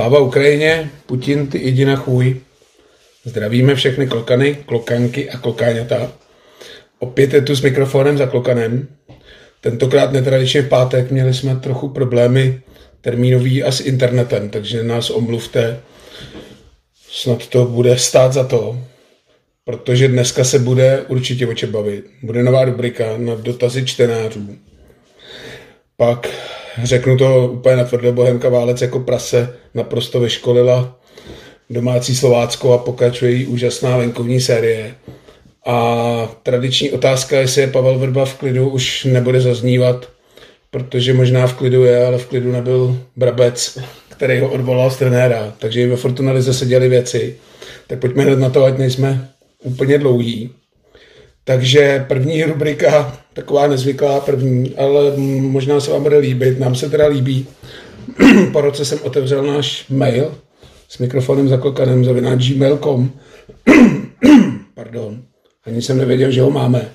Sláva Ukrajině, Putin ty jdi na chůj. Zdravíme všechny klokany, klokanky a klokáňata. Opět je tu s mikrofonem za klokanem. Tentokrát netradičně v pátek měli jsme trochu problémy termínový a s internetem, takže nás omluvte. Snad to bude stát za to, protože dneska se bude určitě o čem bavit. Bude nová rubrika na dotazy čtenářů. Pak řeknu to úplně natvrdo, Bohemka Válec jako prase naprosto vyškolila domácí Slovácko a pokračuje jí úžasná venkovní série. A tradiční otázka, jestli je Pavel Vrba v klidu, už nebude zaznívat, protože možná v klidu je, ale v klidu nebyl Brabec, který ho odvolal z trenéra. Takže i ve Fortuna Lize se děly věci. Tak pojďme hned na to, ať nejsme úplně dlouhý. Takže první rubrika, taková nezvyklá první, ale možná se vám bude líbit, nám se teda líbí. Po roce jsem otevřel náš mail s mikrofonem za klokanem @gmail.com. Pardon, ani jsem nevěděl, že ho máme.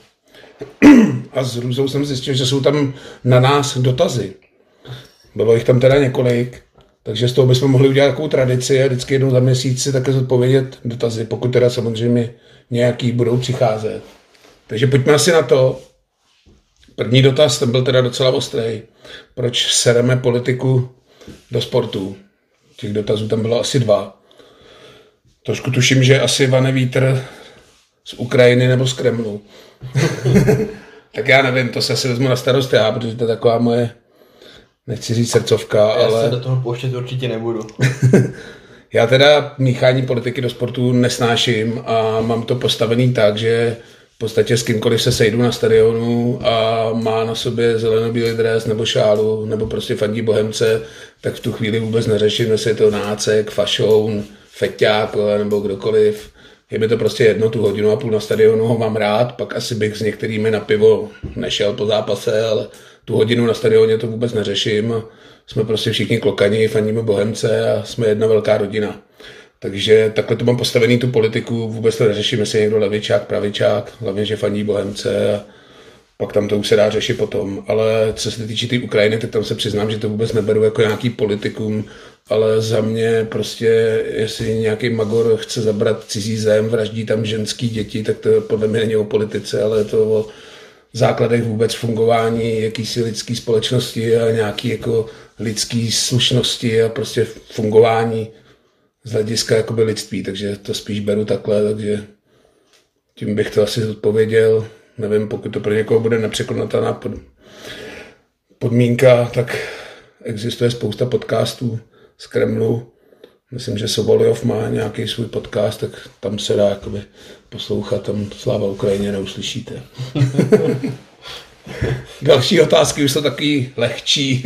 A s hrůzou jsem zjistil, že jsou tam na nás dotazy. Bylo jich tam teda několik, takže z toho bychom mohli udělat takovou tradici a vždycky jednou za měsíc si také zodpovědět dotazy, pokud teda samozřejmě nějaký budou přicházet. Takže pojďme asi na to. První dotaz, ten byl teda docela ostrý. Proč sereme politiku do sportu? Těch dotazů tam bylo asi 2. Trošku tuším, že asi vane vítr z Ukrajiny nebo z Kremlu. Tak já nevím, to se asi vezmu na starost já, protože to je taková moje, nechci říct srdcovka, ale... Já se do toho pouštět určitě nebudu. Já teda míchání politiky do sportu nesnáším a mám to postavený tak, že v podstatě s kýmkoliv se sejdu na stadionu a má na sobě zelenobílý dres nebo šálu nebo prostě fandí Bohemce, tak v tu chvíli vůbec neřeším, jestli je to Nácek, Fašoun, Feťák nebo kdokoliv. Je mi to prostě jedno, tu hodinu a půl na stadionu ho mám rád, pak asi bych s některými na pivo nešel po zápase, ale tu hodinu na stadioně to vůbec neřeším. Jsme prostě všichni klokani, fandíme Bohemce a jsme jedna velká rodina. Takže takhle to mám postavený tu politiku, vůbec to neřeším, jestli je někdo levičák, pravičák, hlavně, že fandí Bohemce a pak tam to už se dá řešit potom. Ale co se týče té Ukrajiny, tak tam se přiznám, že to vůbec neberu jako nějaký politikum, ale za mě prostě, jestli nějaký magor chce zabrat cizí zem, vraždí tam ženský děti, tak to podle mě není o politice, ale je to o základech vůbec fungování jakýsi lidský společnosti a nějaký jako lidský slušnosti a prostě fungování z hlediska jakoby lidství, takže to spíš beru takhle, takže tím bych to asi odpověděl. Nevím, pokud to pro někoho bude nepřekonatelná podmínka, tak existuje spousta podcastů z Kremlu. Myslím, že Soboljov má nějaký svůj podcast, tak tam se dá jakoby poslouchat, tam Sláva Ukrajině neuslyšíte. Další otázky už jsou taky lehčí.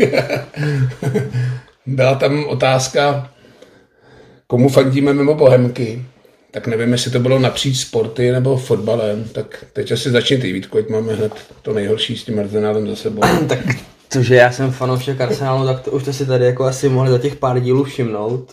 Byla tam otázka, komu fandíme mimo Bohemky. Tak nevím, jestli to bylo napříč sporty nebo fotbalem. Tak teď asi začni ty, Vítku, ať máme hned to nejhorší s tím Arsenálem za sebou. Tak to, že já jsem fanoušek Arsenálu, tak to už to si tady jako asi mohli za těch pár dílů všimnout.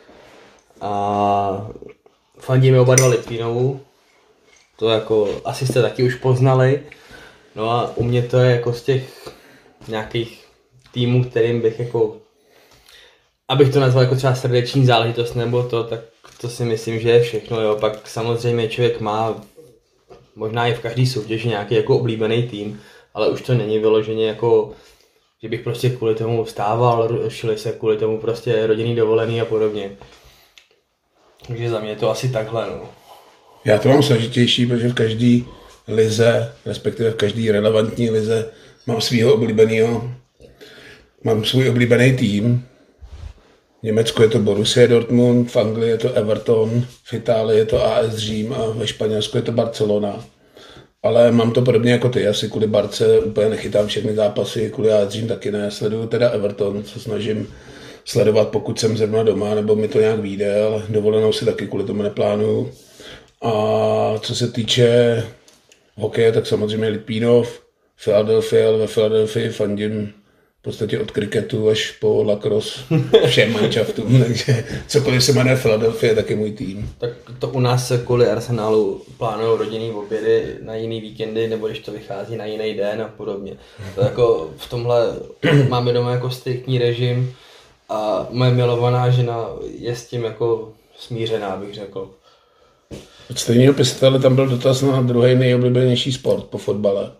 A fandíme oba dva Litvínovu. To jako asi jste taky už poznali. No a u mě to je jako z těch nějakých týmů, kterým bych jako, abych to nazval jako třeba srdeční záležitost nebo to, tak to si myslím, že je všechno, jo. Pak samozřejmě člověk má možná i v každý soutěži nějaký jako oblíbený tým, ale už to není vyloženě jako, že bych prostě kvůli tomu vstával, šli se kvůli tomu prostě rodinný dovolený a podobně. Takže za mě je to asi takhle, no. Já to mám složitější, protože v každé lize, respektive v každé relevantní lize mám svýho oblíbeného, mám svůj oblíbený tým. V Německu je to Borussia Dortmund, v Anglii je to Everton, v Itálii je to AS Řím a ve Španělsku je to Barcelona. Ale mám to podobně jako ty, asi kvůli Barce úplně nechytám všechny zápasy, kvůli AS Řím taky ne. Sleduju teda Everton, co snažím sledovat, pokud jsem zrovna doma, nebo mi to nějak vyjde, ale dovolenou si taky kvůli tomu neplánuju. A co se týče hokeje, tak samozřejmě Lipínov, Philadelphia, ale ve Philadelphii fandím v podstatě od kriketu až po lacrosse všem manšaftům, takže cokoliv se jmenuje Philadelphia, tak je můj tým. Tak to u nás se kvůli Arsenálu plánují rodinný obědy na jiný víkendy, nebo když to vychází na jiný den a podobně. To jako v tomhle máme doma jako striktní režim A moje milovaná žena je s tím jako smířená, bych řekl. Od stejného pistole tam byl dotaz na druhý nejoblíbenější sport po fotbale.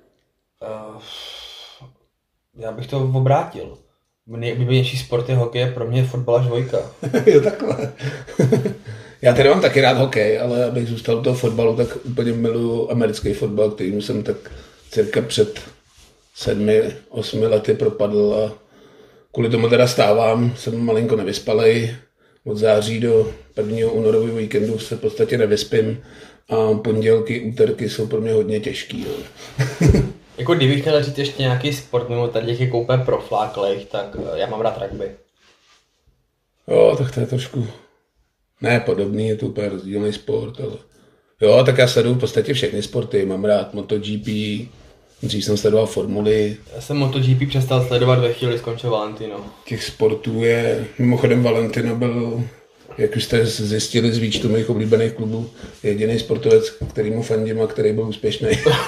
Já bych to obrátil. Nejoblíbenější sport je hokej, pro mě je fotbal až dvojka. Jo, takhle. Já tedy mám taky rád hokej, ale abych zůstal u toho fotbalu, tak úplně miluju americký fotbal, kterým jsem tak cirka před 7-8 lety propadl a kvůli tomu teda stávám, jsem malinko nevyspalej. Od září do 1. únorového víkendu se v podstatě nevyspím a pondělky, úterky jsou pro mě hodně těžký. Jo. Jako kdybych chtěl říct ještě nějaký sport mimo tady těch jako úplně profláklejch, tak já mám rád rugby. Jo, tak to je trošku podobný, je to úplně rozdílný sport, ale jo, tak já sleduju v podstatě všechny sporty, mám rád MotoGP, dřív jsem sledoval formuly. Já jsem MotoGP přestal sledovat ve chvíli, skončil Valentino. Těch sportů je, mimochodem Valentino byl, jak už jste zjistili z výčtu mých oblíbených klubů, jediný sportovec, kterýmu fandím a který byl úspěšný.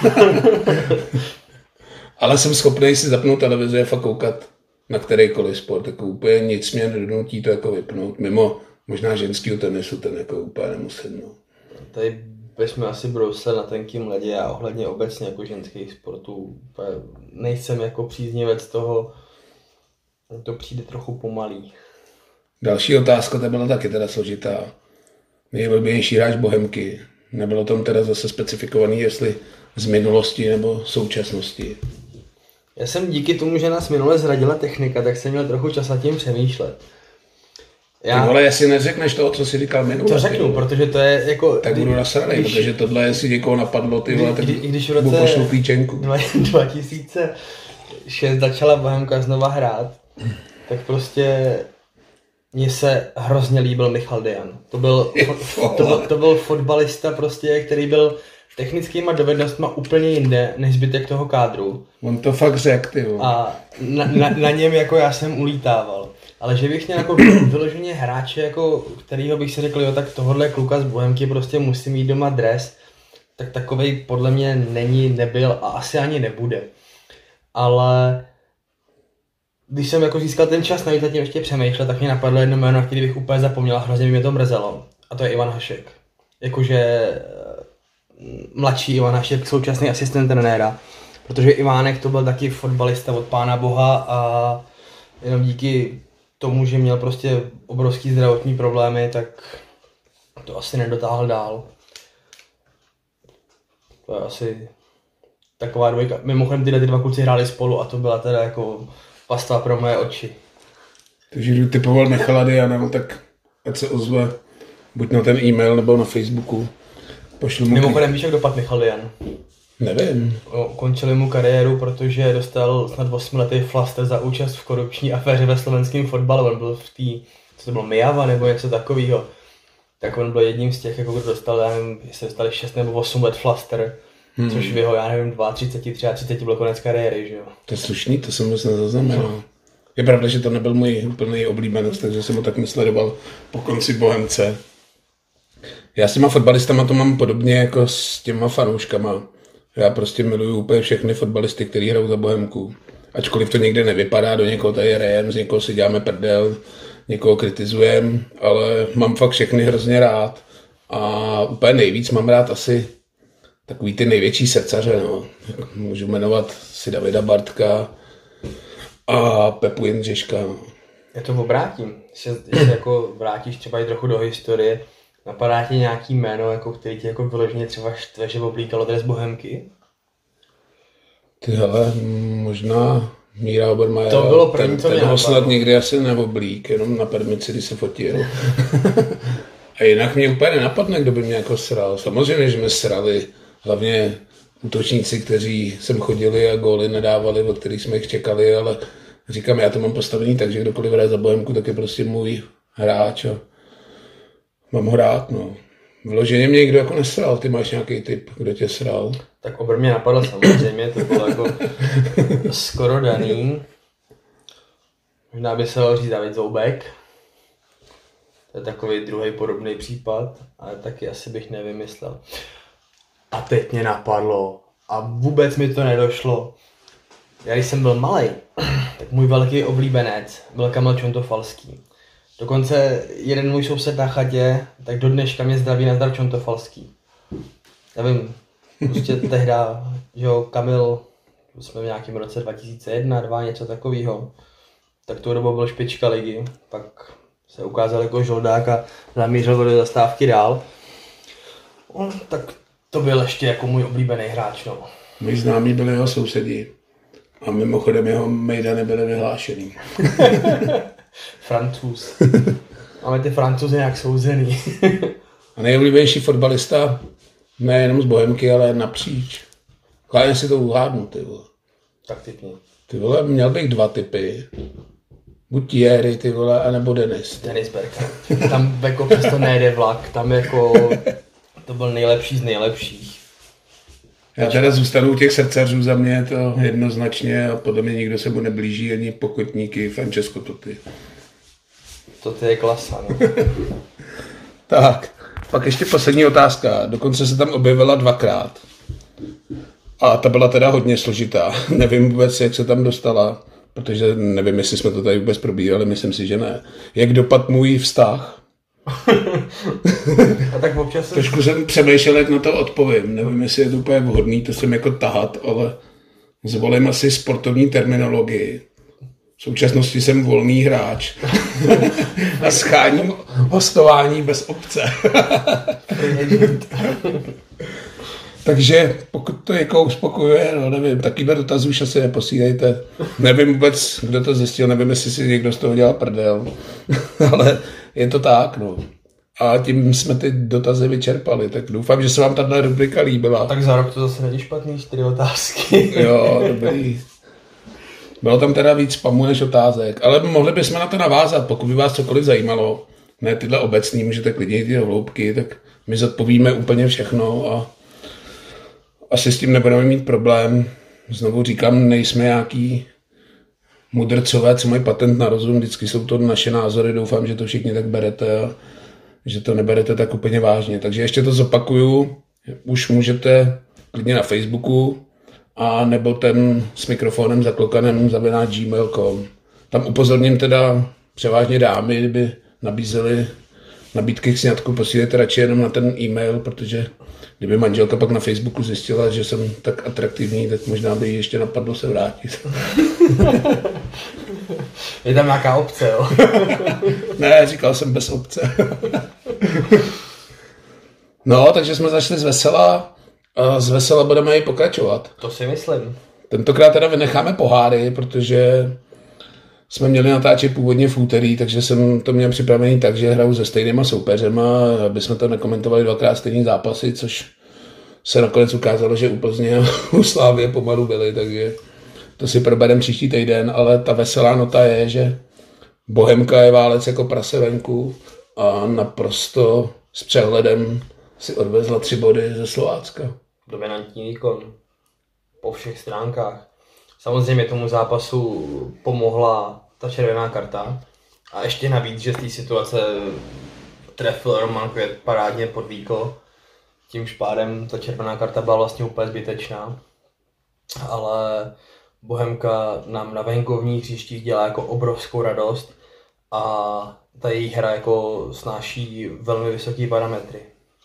Ale jsem schopný si zapnout televizi a fakt koukat na kterýkoliv sport, jako úplně nic mě nedonutí to jako vypnout, mimo možná ženskýho tenisu, ten jako úplně nemusím. No. Tady bychom asi brousili na tenkým ledě a ohledně obecně jako ženských sportů. Nejsem jako příznivec toho, to přijde trochu pomalý. Další otázka, ta byla taky teda složitá. Nejoblíbenější hráč Bohemky. Nebylo tam teda zase specifikovaný, jestli z minulosti nebo současnosti. Já jsem díky tomu, že nás minule zradila technika, tak jsem měl trochu čas nad tím přemýšlet. Ale jestli neřekneš toho, co jsi říkal minule. To řeknu, protože to je jako... Tak budu nasranej, protože tohle, jestli někoho napadlo, ty vole, tak když v roce pošlu píčenku. 2006 začala Bohemka znova hrát, tak prostě mně se hrozně líbil Michal Dejan. To byl fotbalista prostě, který byl technickýma dovednostma úplně jinde než zbytek toho kádru. On to fakt řekl, ty vole. A na něm jako já jsem ulítával. Ale že bych měl jako vyloženě hráče, jako, kterýho bych si řekl, jo, tak tohohle kluka z Bohemky prostě musí mít doma dres, tak takovej podle mě nebyl a asi ani nebude. Ale když jsem jako získal ten čas, najít tím ještě přemýšlet, tak mě napadlo jedno jméno, který bych úplně zapomněl a hrozně by mě to mrzelo. A to je Ivan Hašek. Jakože mladší Ivan Hašek, současný asistent trenéra. Protože Ivánek to byl taky fotbalista od Pána Boha a jenom díky tomu, že měl prostě obrovský zdravotní problémy, tak to asi nedotáhl dál. To je asi taková dvojka. Mimochodem tyhle ty dva kluci hráli spolu a to byla teda jako pasta pro moje oči. Takže když typoval Michala Diana, tak ať se ozve buď na ten e-mail nebo na Facebooku. Pošlu mu Mimochodem víš, jak dopadl Michal Dian? Nevím. Končili mu kariéru, protože dostal snad 8letý flaster za účast v korupční aféře ve slovenském fotbale. On byl v té, co to bylo, Mijava nebo něco takového. Tak on byl jedním z těch, jako kdo dostal, já nevím, jestli dostali 6 nebo 8 let flaster. Což v jeho, já nevím, 32, 33 byl konec kariéry, že jo. To je slušný, to jsem moc nezaznamenal. Je pravda, že to nebyl můj úplný oblíbenec, takže jsem ho tak nesledoval po konci Bohemce. Já s těma fotbalistama to mám podobně jako s těma fanouškama. Já prostě miluju úplně všechny fotbalisty, kteří hrajou za Bohemku. Ačkoliv to někde nevypadá, do někoho tady rejem, z někoho si děláme prdel, někoho kritizujeme, ale mám fakt všechny hrozně rád. A úplně nejvíc mám rád asi takový ty největší srdcaře, no. Můžu jmenovat si Davida Bartka a Pepu Jindřiška. No. Já to obrátím. Když jako vrátíš třeba i trochu do historie, napadá ti nějaký jméno, jako, který ti jako vyloženě třeba štve, že oblíkalo dres Bohemky? Ty hele, možná Míra Obermajer. To bylo první, co mě napadlo. Snad nikdy asi neoblík, jenom na permici, když se fotil. A jinak mě úplně nenapadne, kdo by mě jako sral. Samozřejmě, že mě srali hlavně útočníci, kteří sem chodili a góly nedávali, od kterých jsme jich čekali, ale říkám, já to mám postavený tak, že kdokoliv hraje za Bohemku, tak je prostě můj hráč a mám ho rád, no. Vloženě mě někdo jako nesral, ty máš nějaký tip, kdo tě sral? Tak Obr mě napadl samozřejmě, to bylo jako skoro daný. Možná by se dalo říct David Zoubek. To je takový druhý podobný případ, ale taky asi bych nevymyslel. A teď mě napadlo a vůbec mi to nedošlo. Já když jsem byl malej, tak můj velký oblíbenec byl Kamil Čontofalský. Dokonce jeden můj soused na chatě, tak do dneška mě zdraví nazdar Čontofalský. Nevím, prostě tehda, že jo, Kamil, jsme v nějakém roce 2001, 2002, něco takového, tak tou dobou byl špička ligy, pak se ukázal jako žoldák a zamířil do zastávky dál. Tak to byl ještě jako můj oblíbený hráč, no. Můj známí byli jeho sousedi a mimochodem jeho mejdany byly vyhlášený. Francouz. Máme ty Francouzi nějak souzený. A nejoblíbenější fotbalista, nejenom z Bohemky, ale napříč. Kládně si to uhádnu, ty vole. Tak typně. Ty vole, měl bych 2 typy. Buď Thierry, ty vole, anebo Denis. Denis Bergkamp. Tam jako přesto nejde vlak, tam jako to byl nejlepší z nejlepších. Já teda zůstanu u těch srdcařů, za mě je to jednoznačně a podle mě nikdo se mu neblíží ani pokotníky Francesco Totti. To je klasa, no. Tak, pak ještě poslední otázka. Dokonce se tam objevila 2krát. A ta byla teda hodně složitá. Nevím vůbec, jak se tam dostala, protože nevím, jestli jsme to tady vůbec probírali, myslím si, že ne. Jak dopad můj vztah? A tak občas Trošku jsem přemýšlel, jak na to odpovím. Nevím, jestli je to úplně vhodný, to jsem jako tahat, ale zvolím asi sportovní terminologii. V současnosti jsem volný hráč a scháním hostování bez obce. Takže pokud to někoho uspokojuje, no nevím, takýhle dotaz už asi neposílejte. Nevím vůbec, kdo to zjistil, nevím, jestli si někdo z toho dělal prdel, ale je to tak, no. A tím jsme ty dotazy vyčerpali, tak doufám, že se vám tato rubrika líbila. A tak za rok to zase není špatný, 4 otázky. Jo, dobrý. Bylo tam teda víc spamu než otázek, ale mohli bychom na to navázat, pokud by vás cokoliv zajímalo. Ne tyhle obecný, můžete klidně jít do hloubky, tak my zodpovíme úplně všechno a asi s tím nebudeme mít problém. Znovu říkám, nejsme nějaký mudrcové, co mají patent na rozum, vždycky jsou to naše názory, doufám, že to všichni tak berete a že to neberete tak úplně vážně. Takže ještě to zopakuju, už můžete klidně na Facebooku a nebo ten s mikrofonem zaklokanem @gmail.com. Tam upozorním teda převážně dámy, kdyby nabízely nabídky k sňatku, posílejte radši jenom na ten e-mail, protože kdyby manželka pak na Facebooku zjistila, že jsem tak atraktivní, tak možná by jí ještě napadlo se vrátit. Je tam nějaká obce, jo? Ne, říkal jsem bez obce. No, takže jsme začali z vesela a z vesela budeme i pokračovat. To si myslím. Tentokrát teda vynecháme poháry, protože jsme měli natáčet původně v úterý, takže jsem to měl připravený tak, že hraju se stejnýma soupeřema, aby jsme to nekomentovali 2krát stejný zápasy, což se nakonec ukázalo, že u Plzně a u Slávie pomalu byly, takže to si probereme příští týden, ale ta veselá nota je, že Bohemka je válec jako prase venku a naprosto s přehledem si odvezla 3 body ze Slovácka. Dominantní výkon po všech stránkách. Samozřejmě tomu zápasu pomohla ta červená karta a ještě navíc, že z té situace trefil Roman Květ parádně pod víko. Tím pádem ta červená karta byla vlastně úplně zbytečná, ale Bohemka nám na venkovních hřištích dělá jako obrovskou radost a ta její hra jako snáší velmi vysoké parametry.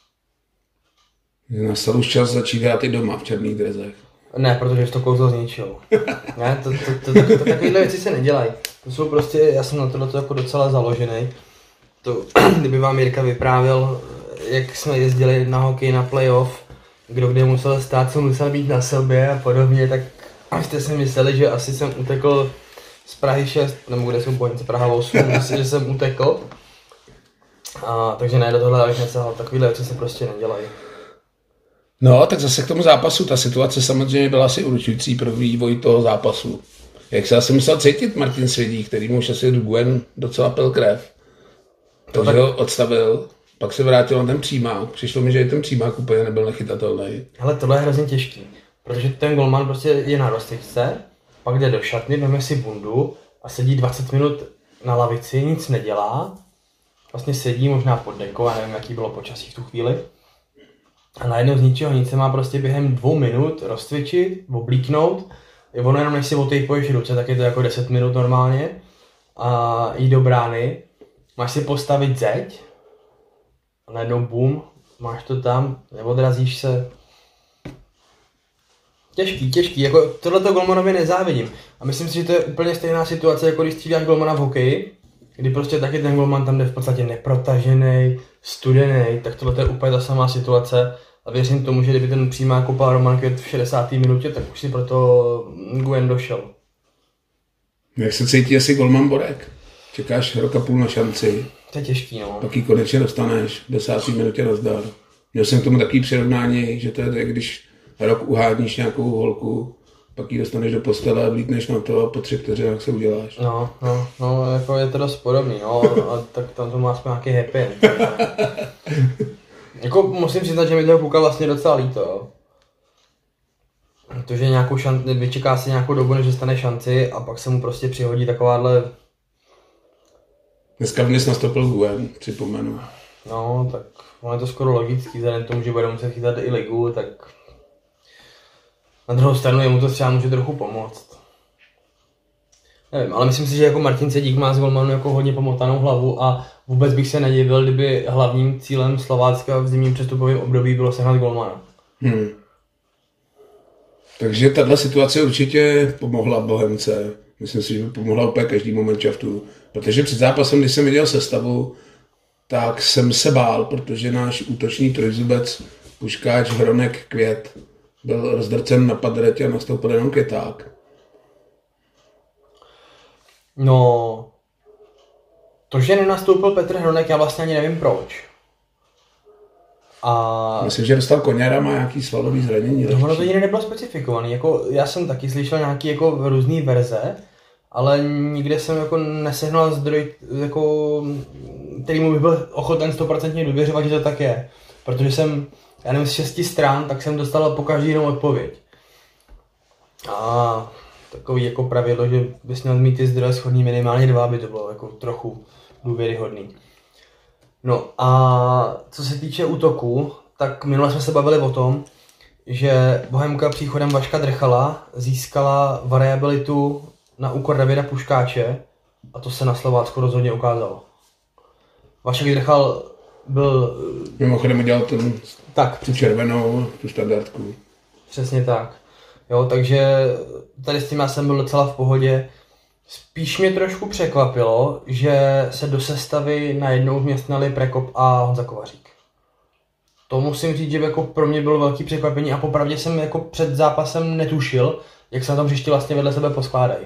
Nastal už čas začít hrát i doma v černých drezech. Ne, protože to kouzlo zničil. Ne, takovéhle věci se nedělají. To jsou prostě, já jsem na tohle jako docela založený. To, kdyby vám Jirka vyprávěl, jak jsme jezdili na hokej na playoff, kdo kde musel stát, co musel být na sobě a podobně, tak jste si mysleli, že asi jsem utekl z Prahy 6, nebo kde jsou bojnice, Praha 8, myslím, že jsem utekl. A, takže ne, do tohle abych nesahal, takovéhle věci se prostě nedělají. No, tak zase k tomu zápasu, ta situace samozřejmě byla asi určující pro vývoj toho zápasu. Jak se asi musel cítit Martin Svědík, který mu už asi Gwen docela pil krev. Takže ho odstavil, pak se vrátil na ten přímák. Přišlo mi, že i ten přímák úplně nebyl nechytatelný. Hele, tohle je hrozně těžký, protože ten golman prostě je na roztyčce, pak jde do šatny, veme si bundu a sedí 20 minut na lavici, nic nedělá. Vlastně sedí možná pod dekou, já nevím, jaký bylo počasí v tu chvíli. A najednou z ničeho nic se má prostě během 2 minut rozcvičit, oblíknout ono jenom než si otejpuješ ruce, tak je to jako 10 minut normálně a jít do brány, máš si postavit zeď a najednou bum, máš to tam, neodrazíš se. Těžký, jako tohleto golmanovi nezávidím. A myslím si, že to je úplně stejná situace, jako když střídáš golmana v hokeji, kdy prostě taky ten golman tam jde v podstatě neprotažený, studený, tak tohle je úplně ta samá situace. A věřím tomu, že kdyby ten přímá kopal Roman Květ v 60. minutě, tak už si proto Nguyen došel. Jak se cítí asi golman Borek? Čekáš rok a půl na šanci. To je těžký, no. Pak ji konečně dostaneš v 10. minutě nazdar. Měl jsem k tomu takový přirovnání, že to je, když rok uhádníš nějakou holku, pak ji dostaneš do postele a vlítneš na to a po 3 vteřinách se uděláš. No, jako je to dost podobný, no, a tak tam to má aspoň nějaký happy end. Jako musím přiznat, že mi toho kluka vlastně docela líto, jo. Protože nějakou šanci, vyčeká si nějakou dobu, než dostane šanci a pak se mu prostě přihodí takováhle... Dneska dnes nastoupil Nguyen, připomenu. No, tak ono je to skoro logický, vzhledem k tomu, že bude muset chytat i ligu, tak... Na druhou stranu jemu to třeba může trochu pomoct. Nevím, ale myslím si, že jako Martin Cedík má z golmanu jako hodně pomotanou hlavu a vůbec bych se nedivil, kdyby hlavním cílem Slovácka v zimním přestupovém období bylo sehnat golmana. Takže tahle situace určitě pomohla Bohemce. Myslím si, že by pomohla úplně každému manšaftu. Protože před zápasem, když jsem viděl sestavu, tak jsem se bál, protože náš útočný trojzubec, Puškáč, Hronek, Květ byl rozdrcen na padretě a nastoupil jenom Květák. No, to, že nenastoupil Petr Hronek, já vlastně ani nevím proč. A... Myslím, že dostal Koněra, má nějaký svalový zranění. No, ono to jiné nebylo specifikovaný. Jako, já jsem taky slyšel nějaký jako různý verze, ale nikde jsem jako nesehnal zdroj, jako, kterýmu bych byl ochoten 100% důvěřovat, že to tak je. Protože jsem, já nevím, z 6 stran, tak jsem dostal po každý jinou odpověď. A takový jako pravidlo, že bys měl mít ty zdroje shodný minimálně 2, aby to bylo jako trochu důvěryhodný. No a co se týče útoku, tak minule jsme se bavili o tom, že Bohemka příchodem Vaška Drchala získala variabilitu na úkor Davida Puškáče a to se na Slovácku rozhodně ukázalo. Vašek Drchal byl... Mimochodem udělal tu červenou, tu standardku. Přesně tak. Jo, takže tady s tím já jsem byl docela v pohodě. Spíš mě trošku překvapilo, že se do sestavy najednou vměstnali Prekop a Honza Kovařík. To musím říct, že jako pro mě bylo velký překvapení a popravdě jsem jako před zápasem netušil, jak se na tom hřišti vlastně vedle sebe poskládají.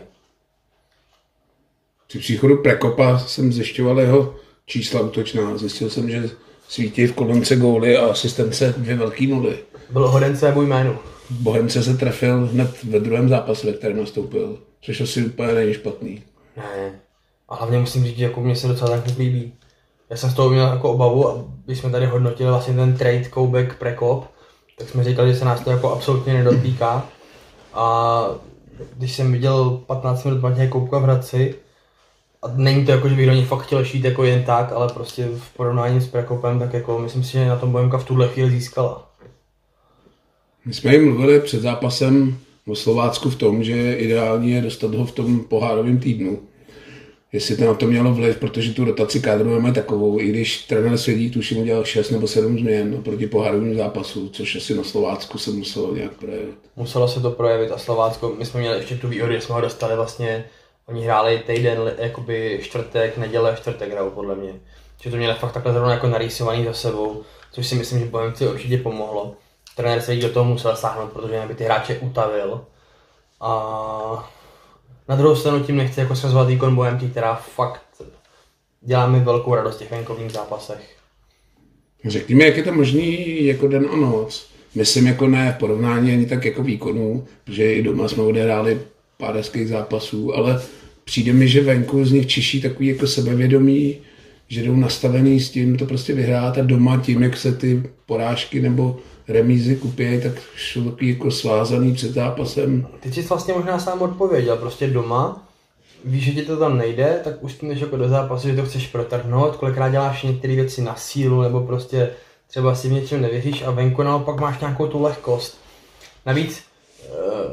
Při příchodu Prekopa jsem zjišťoval jeho čísla útočná. Zjistil jsem, že svítí v kolonce góly a asistence 2 velký nuly. Byl hoden svému jménu. Bohemce se trefil hned ve druhém zápase, ve kterém nastoupil, což asi úplně není špatný. Ne, a hlavně musím říct, že jako mě se docela tak líbí. Já jsem z toho měl jako obavu a když jsme tady hodnotili vlastně ten trade Koubek Prekop, tak jsme říkali, že se nás to jako absolutně nedotýká. A když jsem viděl 15 minut Matěje Koubka v Hradci, a není to jako, že bych do něj fakt chtěl šít jako jen tak, ale prostě v porovnání s Prekopem, tak jako myslím si, že na tom Bohemka v tuhle chvíli získala. My jsme jim mluvili před zápasem o Slovácku v tom, že ideální je dostat ho v tom pohárovém týdnu. Jestli to na to mělo vliv, protože tu rotaci kádrujeme takovou, i když trenér Svědík tuším udělal 6 nebo 7 změn proti pohárovým zápasu, což asi na Slovácku se muselo nějak projevit. Muselo se to projevit a Slovácko, my jsme měli ještě tu výhodu, že jsme ho dostali vlastně, oni hráli týden, jakoby čtvrtek, neděle, čtvrtek hrál podle mě. Že to měli fakt takhle zrovna jako narýsovaný za sebou, což si myslím, že Bohemci určitě pomohlo. Trenér Svědík do toho musel sáhnout, protože by ty hráče utavil. A na druhou stranu tím nechci jako schazovat výkon Bohemky, která fakt dělá mi velkou radost v těch venkovních zápasech. Řekni mi, jak je to možný jako den a noc. Myslím jako ne v porovnání ani tak jako výkonů, protože i doma jsme odehráli pár hezkých zápasů, ale přijde mi, že venku z nich čiší takový jako sebevědomí, že jdou nastavený s tím to prostě vyhrát a doma tím, jak se ty porážky nebo remízy kupějí, tak jsou takový jako svázaný před zápasem. Ty jsi vlastně možná sám odpověděl, prostě doma, víš, že ti to tam nejde, tak už jdeš jako do zápasu, že to chceš protrhnout, kolikrát děláš některé věci na sílu, nebo prostě třeba si v něčem nevěříš a venku naopak máš nějakou tu lehkost. Navíc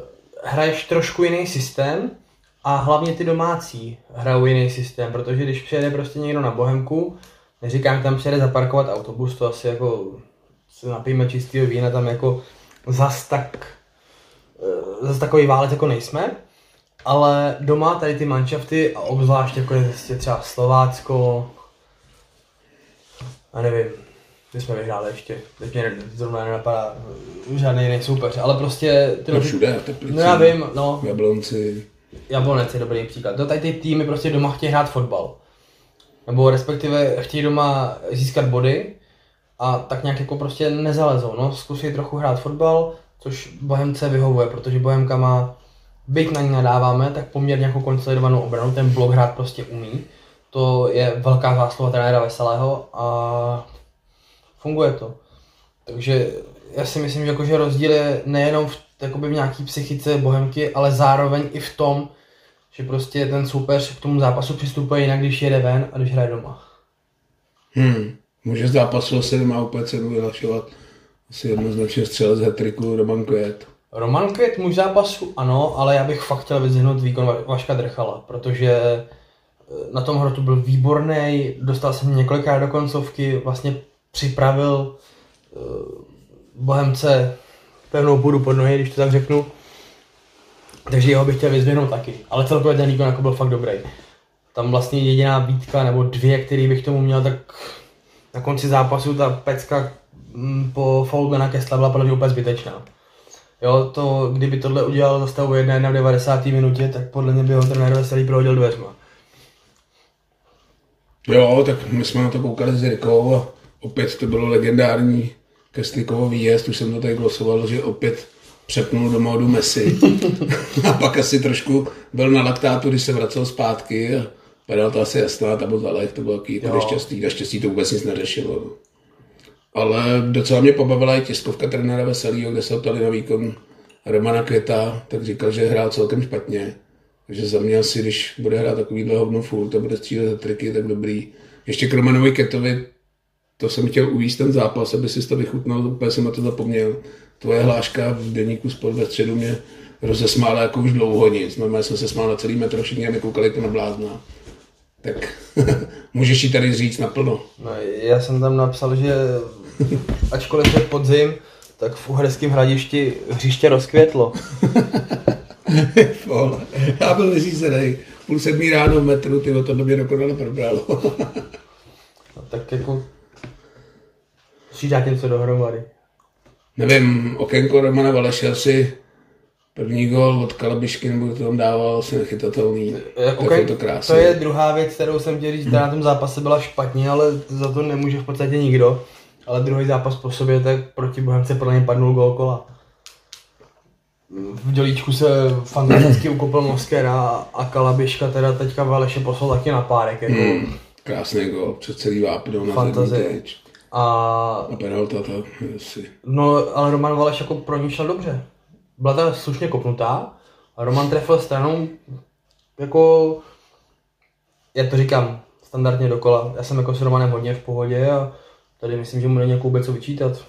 hraješ trošku jiný systém a hlavně ty domácí hrajou jiný systém, protože když přijede prostě někdo na Bohemku, neříkám, tam přijede zaparkovat autobus, to asi jako se napijeme čistého vína, tam jako zas takový válec jako nejsme, ale doma tady ty manšafty a obzvlášť jako je třeba Slovácko, a nevím, my jsme vyhráli ještě, teď mě zrovna nenapadá žádný jiný soupeř, ale prostě... No všude, v Teplicích, no já vím, no. Jablonec je dobrý příklad. To tady ty týmy prostě doma chtějí hrát fotbal. Nebo respektive chtějí doma získat body a tak nějak jako prostě nezalezou, no. Zkusí trochu hrát fotbal, což Bohemce vyhovuje, protože Bohemka má, byť na ní nadáváme, tak poměrně jako konsolidovanou obranu, ten blok hrát prostě umí. To je velká zásluha trenéra Veselého a funguje to. Takže já si myslím, že jakože rozdíl je nejenom v nějaký psychice Bohemky, ale zároveň i v tom, že prostě ten soupeř k tomu zápasu přistupuje jinak, když jede ven a když hraje doma. Může z zápasu asi nemá úplně cenu vyhlašovat. Asi jednoznačně střelec z hat-tricku Roman Květ. Roman Květ muž zápasu ano, ale já bych fakt chtěl vyzdvihnout výkon Vaška Drchala, protože na tom hrotu byl výborný, dostal se několikrát do koncovky, vlastně připravil Bohemce pevnou půdu pod nohy, když to tak řeknu. Takže jeho bych chtěl vyzdvihnout taky, ale celkově ten výkon jako byl fakt dobrý. Tam vlastně jediná výtka nebo dvě, který bych tomu měl, tak na konci zápasu ta pecka po faulu na Kestla byla podle mě úplně zbytečná. Jo, to, kdyby tohle udělal za stavu 1-1 v 90. minutě, tak podle mě by ho trenér Veselý prohodil dveřma. Jo, tak my jsme na to koukali s Jirkou a opět to bylo legendární Kestlíkovo výjezd, už jsem to tady glosoval, že opět přepnul do módu Messi a pak asi trošku byl na laktátu, když se vracel zpátky a padal to asi jasná, ta Bozalech, to bylo takový jako neštěstí, naštěstí to vůbec nic neřešilo. No. Ale docela mě pobavila i tiskovka trenéra Veselýho, kde se ptali na výkon Romana Květa, tak říkal, že hrál celkem špatně. Takže za mě asi, když bude hrát takovýhle hovno furt a bude střílet za triky, tak dobrý. Ještě k Romanovi Květovi, to jsem chtěl uvíct ten zápas, aby si to vychutnal, úplně jsem na to zapomněl. Tvoje hláška v deníku Sport ve středu mě rozesmála jako už dlouho nic. Normálně jsme se smál na celý metro, všichni a my koukali jako na blázna. Tak můžeš ji tady říct naplno. No, já jsem tam napsal, že ačkoliv je podzim, tak v Uherském Hradišti hřiště rozkvětlo. Já byl vyřízený. 6:30 ráno v metru, to by mě dokonale probralo. No, tak jako musíš dát něco dohromady. Nevím, okénko Romana Valeše asi první gól od Kalabišky, nebo to tam dával, asi nechytatelný. Okay, je to krásný. To je druhá věc, kterou jsem chtěl říct, která na tom zápase byla špatně, ale za to nemůže v podstatě nikdo. Ale druhý zápas po sobě, tak proti Bohemce podle mě padnul gól kola. V dělíčku se fantasticky ukopil Moskera a Kalabiška teda teďka Valeše poslal taky na párek. Jako krásný gól, přes celý vápno na fantazie. A penalta to asi. No, ale Roman Valeš jako pro ní šel dobře. Byla ta slušně kopnutá a Roman trefil stranou jako, já to říkám, standardně dokola. Já jsem jako s Romanem hodně v pohodě a tady myslím, že mu není vůbec co vyčítat.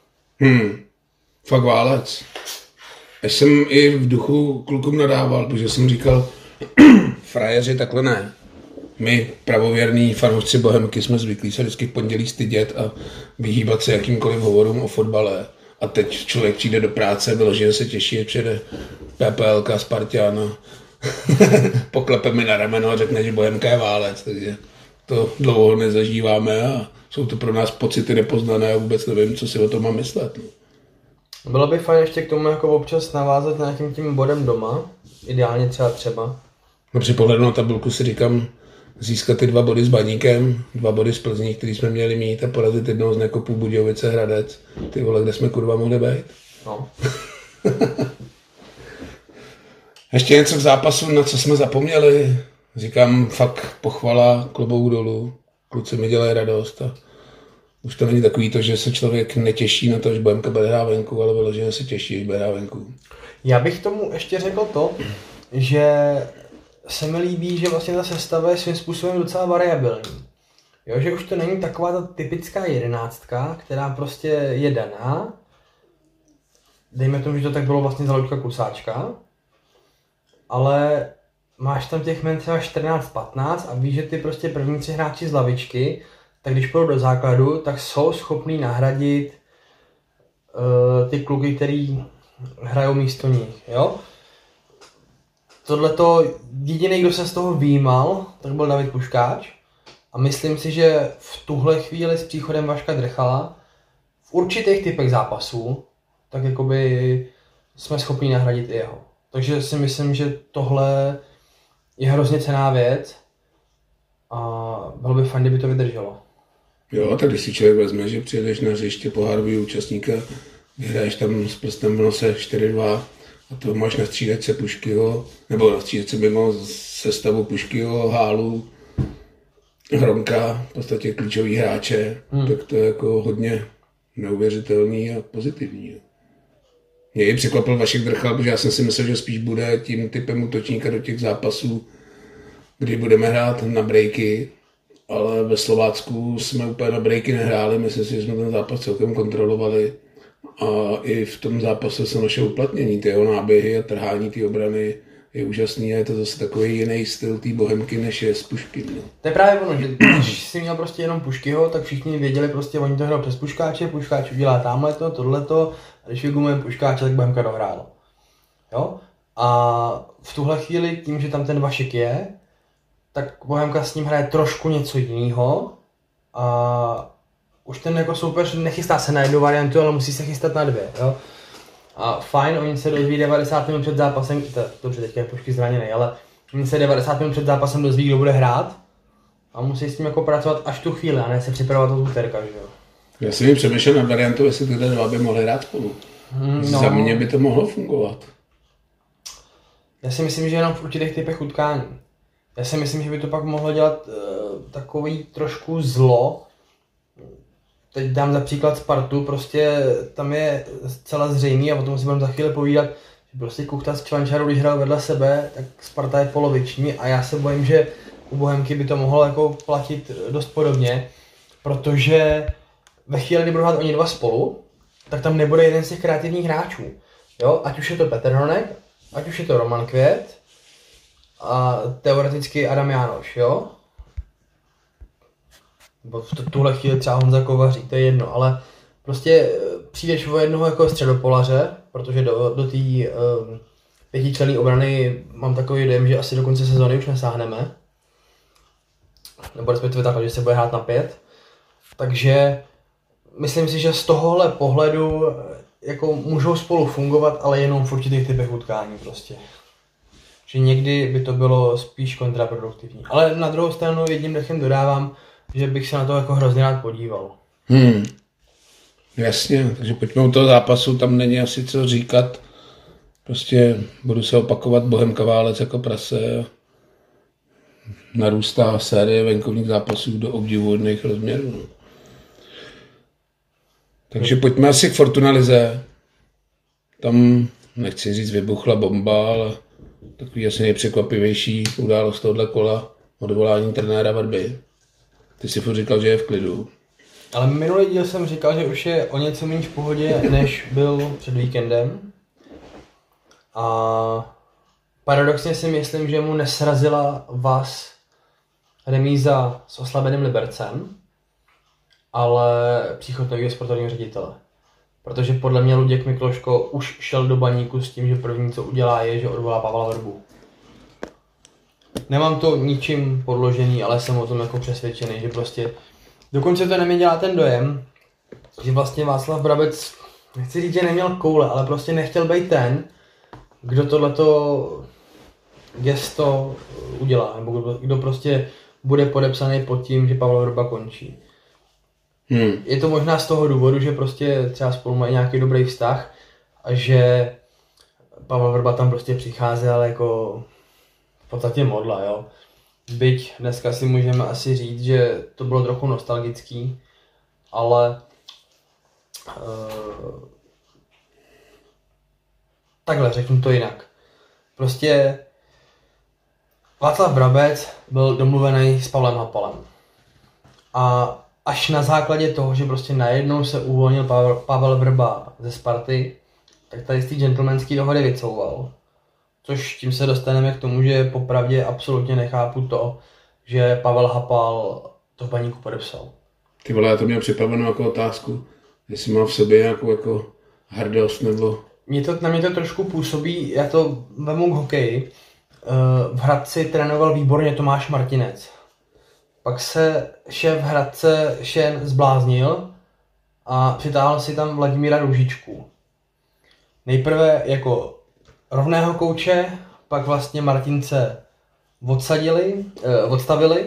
Fakt válec. Já jsem i v duchu klukům nadával, protože jsem říkal, frajeři takhle ne. My, pravověrní fanoušci Bohemky, jsme zvyklí se vždycky v pondělí stydět a vyhýbat se jakýmkoliv hovorům o fotbale. A teď člověk přijde do práce, vyloženě se těší, že přijde PPLK, Spartan a poklepe mi na rameno a řekne, že Bohemka je válec. Takže to dlouho nezažíváme a jsou to pro nás pocity nepoznané a vůbec nevím, co si o tom mám myslet. Bylo by fajn ještě k tomu jako občas navázat nějakým tím bodem doma, ideálně třeba. No při pohledu na tabulku si říkám, získat ty 2 body s Baníkem, 2 body z Plzní, který jsme měli mít a porazit jednoho z Nekopů Budějovice Hradec. Ty vole, kde jsme kurva mohli být? No. Ještě něco v zápasu, na co jsme zapomněli. Říkám, fakt pochvala, klobouk dolů. Kluci mi dělají radost a už to není takový to, že se člověk netěší na to, že Bohemka bude hrát venku, ale vyloženě se těší, že bude hrát venku. Já bych tomu ještě řekl to, že se mi líbí, že vlastně ta sestava je svým způsobem docela variabilní. Jo, že už to není taková ta typická 11, která prostě je daná. Dejme tomu, že to tak bylo vlastně za Luďka Klusáčka, ale máš tam těch men třeba 14-15 a víš, že ty prostě první 3 hráči z lavičky, tak když půjdou do základu, tak jsou schopní nahradit ty kluky, který hrajou místo nich, jo? Tohleto, jediný, kdo se z toho výjímal, tak byl David Puškáč a myslím si, že v tuhle chvíli s příchodem Vaška Drchala v určitých typech zápasů, tak jakoby jsme schopni nahradit i jeho. Takže si myslím, že tohle je hrozně cenná věc a bylo by fajn, kdyby to vydrželo. Jo, tak když si člověk vezme, že přijedeš na hřiště pohárového účastníka, vyhraješ tam s prstem v nose 4-2 a to máš na střídačce Puškyho, nebo na střídačce mimo sestavu Puškyho, Hálu, Hromka, v podstatě klíčový hráče, tak to je jako hodně neuvěřitelný a pozitivní. Mě i překvapil Vašek Drchal, protože já jsem si myslel, že spíš bude tím typem útočníka do těch zápasů, kdy budeme hrát na breaky, ale ve Slovácku jsme úplně na breaky nehráli, myslím si, že jsme ten zápas celkem kontrolovali a i v tom zápase se naše uplatnění, ty jeho náběhy a trhání té obrany je úžasný a je to zase takový jiný styl té bohemky, než je s Puškým. No. To je právě ono, že když jsi měl prostě jenom Puškyho, tak všichni věděli prostě, oni to hrajou přes Puškáče, Puškáč udělá tamhleto, tohleto, a když vygumujeme Puškáče, tak Bohemka dohrála. Jo? A v tuhle chvíli, tím, že tam ten Vašek je, tak Bohemka s ním hraje trošku něco jiného a už ten jako soupeř nechystá se na jednu variantu, ale musí se chystat na 2. Jo? A fajn, oni se dozví 90 minut před zápasem, dobře, teďka je Pušky zraněný, ale oni se 90 minut před zápasem dozví, kdo bude hrát a musí s tím jako pracovat až tu chvíli a ne se připravovat od úterka, že jo. Já jsem jim přemýšlel nad variantou, jestli tyhle dva by mohli hrát spolu. No. Za mě by to mohlo fungovat. Já si myslím, že jenom v určitých typech utkání. Já si myslím, že by to pak mohlo dělat takový trošku zlo. Teď dám za příklad Spartu, prostě tam je zcela zřejmý a o tom si budeme za chvíli povídat, že prostě Kuchta s Čvančarou, když hrajou vedle sebe, tak Sparta je poloviční a já se bojím, že u Bohemky by to mohlo jako platit dost podobně, protože ve chvíli, kdy budou hrát oni dva spolu, tak tam nebude jeden z těch kreativních hráčů. Jo? Ať už je to Petr Hronek, ať už je to Roman Květ a teoreticky Adam Jánoš, jo? V tuhle chvíli třeba Honza Kovařík, to je jedno, ale prostě přijdeš o jednoho jako středopolaře, protože do té pětičlenné obrany mám takový dojem, že asi do konce sezóny už nesáhneme. Nebo respektive takhle, že se bude hrát na 5. Takže myslím si, že z tohohle pohledu jako můžou spolu fungovat, ale jenom v určitých typech utkání prostě. Že někdy by to bylo spíš kontraproduktivní. Ale na druhou stranu jedním dechem dodávám, že bych se na to jako hrozně rád podíval. Jasně, takže pojďme u toho zápasu, tam není asi co říkat. Prostě budu se opakovat, Bohemka válec jako prase. Narůstá série venkovních zápasů do obdivuhodných rozměrů. No. Takže pojďme asi k Fortuna lize. Tam, nechci říct vybuchla bomba, ale takový asi nejpřekvapivější událost tohohle kola, odvolání trenéra Vrby. Ty si furt říkal, že je v klidu. Ale minulý díl jsem říkal, že už je o něco méně v pohodě, než byl před víkendem. A paradoxně si myslím, že mu nesrazila vás remíza s oslabeným Libercem, ale příchod nového sportovního ředitele. Protože podle mě Luděk Mikloško už šel do baníku s tím, že první, co udělá, je, že odvolá Pavla Vrbu. Nemám to ničím podložený, ale jsem o tom jako přesvědčený, že prostě dokonce to na mě dělá ten dojem, že vlastně Václav Brabec, nechci říct, že neměl koule, ale prostě nechtěl být ten, kdo tohleto gesto udělá, nebo kdo prostě bude podepsaný pod tím, že Pavel Vrba končí. Je to možná z toho důvodu, že prostě třeba spolu mají nějaký dobrý vztah a že Pavel Vrba tam prostě přicházel jako v podstatě modla, jo. Byť dneska si můžeme asi říct, že to bylo trochu nostalgický, ale takhle řeknu to jinak. Prostě Václav Brabec byl domluvený s Pavlem Hapalem. A až na základě toho, že prostě najednou se uvolnil Pavel Vrba ze Sparty, tak tady z té gentlemanské dohody vycouval. Což tím se dostaneme k tomu, že popravdě absolutně nechápu to, že Pavel Hapal to v Baníku podepsal. Ty vole, já to měl připravenou jako otázku, jestli má v sobě nějakou jako hrdost nebo... Na mě to trošku působí, já to vemu k hokeji. V Hradci trénoval výborně Tomáš Martinec. Pak se šéf Hradce Šen zbláznil a přitáhl si tam Vladimíra Růžičku. Nejprve jako rovného kouče, pak vlastně Martince odstavili.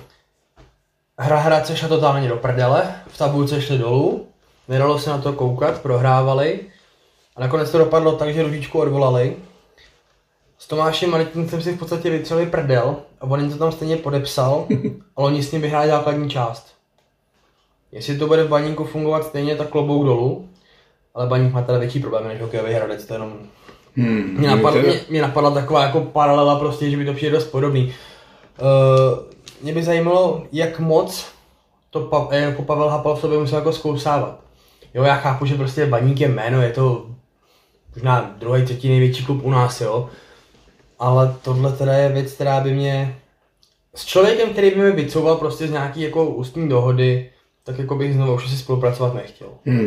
Hra Hradce šla totálně do prdele, v tabulce šli dolů, nedalo se na to koukat, prohrávali a nakonec to dopadlo tak, že Růžičku odvolali. S Tomášem Martincem si v podstatě vytřeli prdel a on jim to tam stejně podepsal, ale oni s ním vyhráli základní část. Jestli to bude v Baníku fungovat stejně, tak klobouk dolů, ale Baník má teda větší problémy než hokejový Hradec, to jenom... Mě napadla taková jako paralela prostě, že by to přijde dost podobný. Mě by zajímalo, jak moc to jako Pavel Hapal v sobě musel jako zkousávat. Jo, já chápu, že prostě Baník je jméno, je to možná druhý, třetí největší klub u nás, jo. Ale tohle teda je věc, která by mě... S člověkem, který by mě vycouval prostě z nějaký jako ústní dohody, tak jako bych znovu už si spolupracovat nechtěl.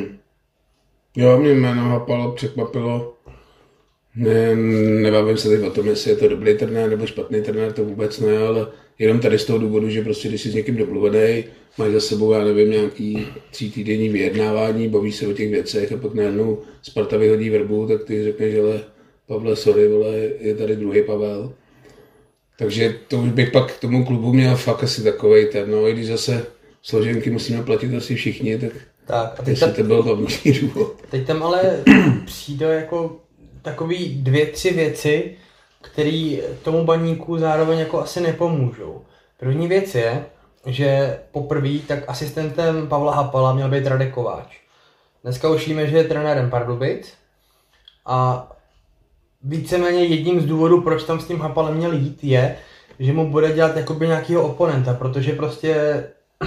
Jo, mě jméno Hapal překvapilo. Nebavím se teď o tom, jestli je to dobrý trenér nebo špatný trenér, to vůbec ne, ale jenom tady z toho důvodu, že prostě když jsi s někým domluvený, máš za sebou, já nevím, nějaký 3týdenní vyjednávání, baví se o těch věcech a pak najednou Sparta vyhodí vrbu, tak ty řekneš, že Pavle, sorry, vole, je tady druhý Pavel. Takže to už bych pak k tomu klubu měl fakt asi takovej ten, no, i když zase složenky musíme platit asi všichni, tak a teď to byl hlavní důvod. Teď tam ale přijde jako takový 2-3 věci, které tomu Baníku zároveň jako asi nepomůžou. První věc je, že poprvé tak asistentem Pavla Hapala měl být Radek Kováč. Dneska už víme, že je trenérem Pardubic a víceméně jedním z důvodů, proč tam s tím Hapalem měl jít, je, že mu bude dělat jakoby nějakýho oponenta, protože prostě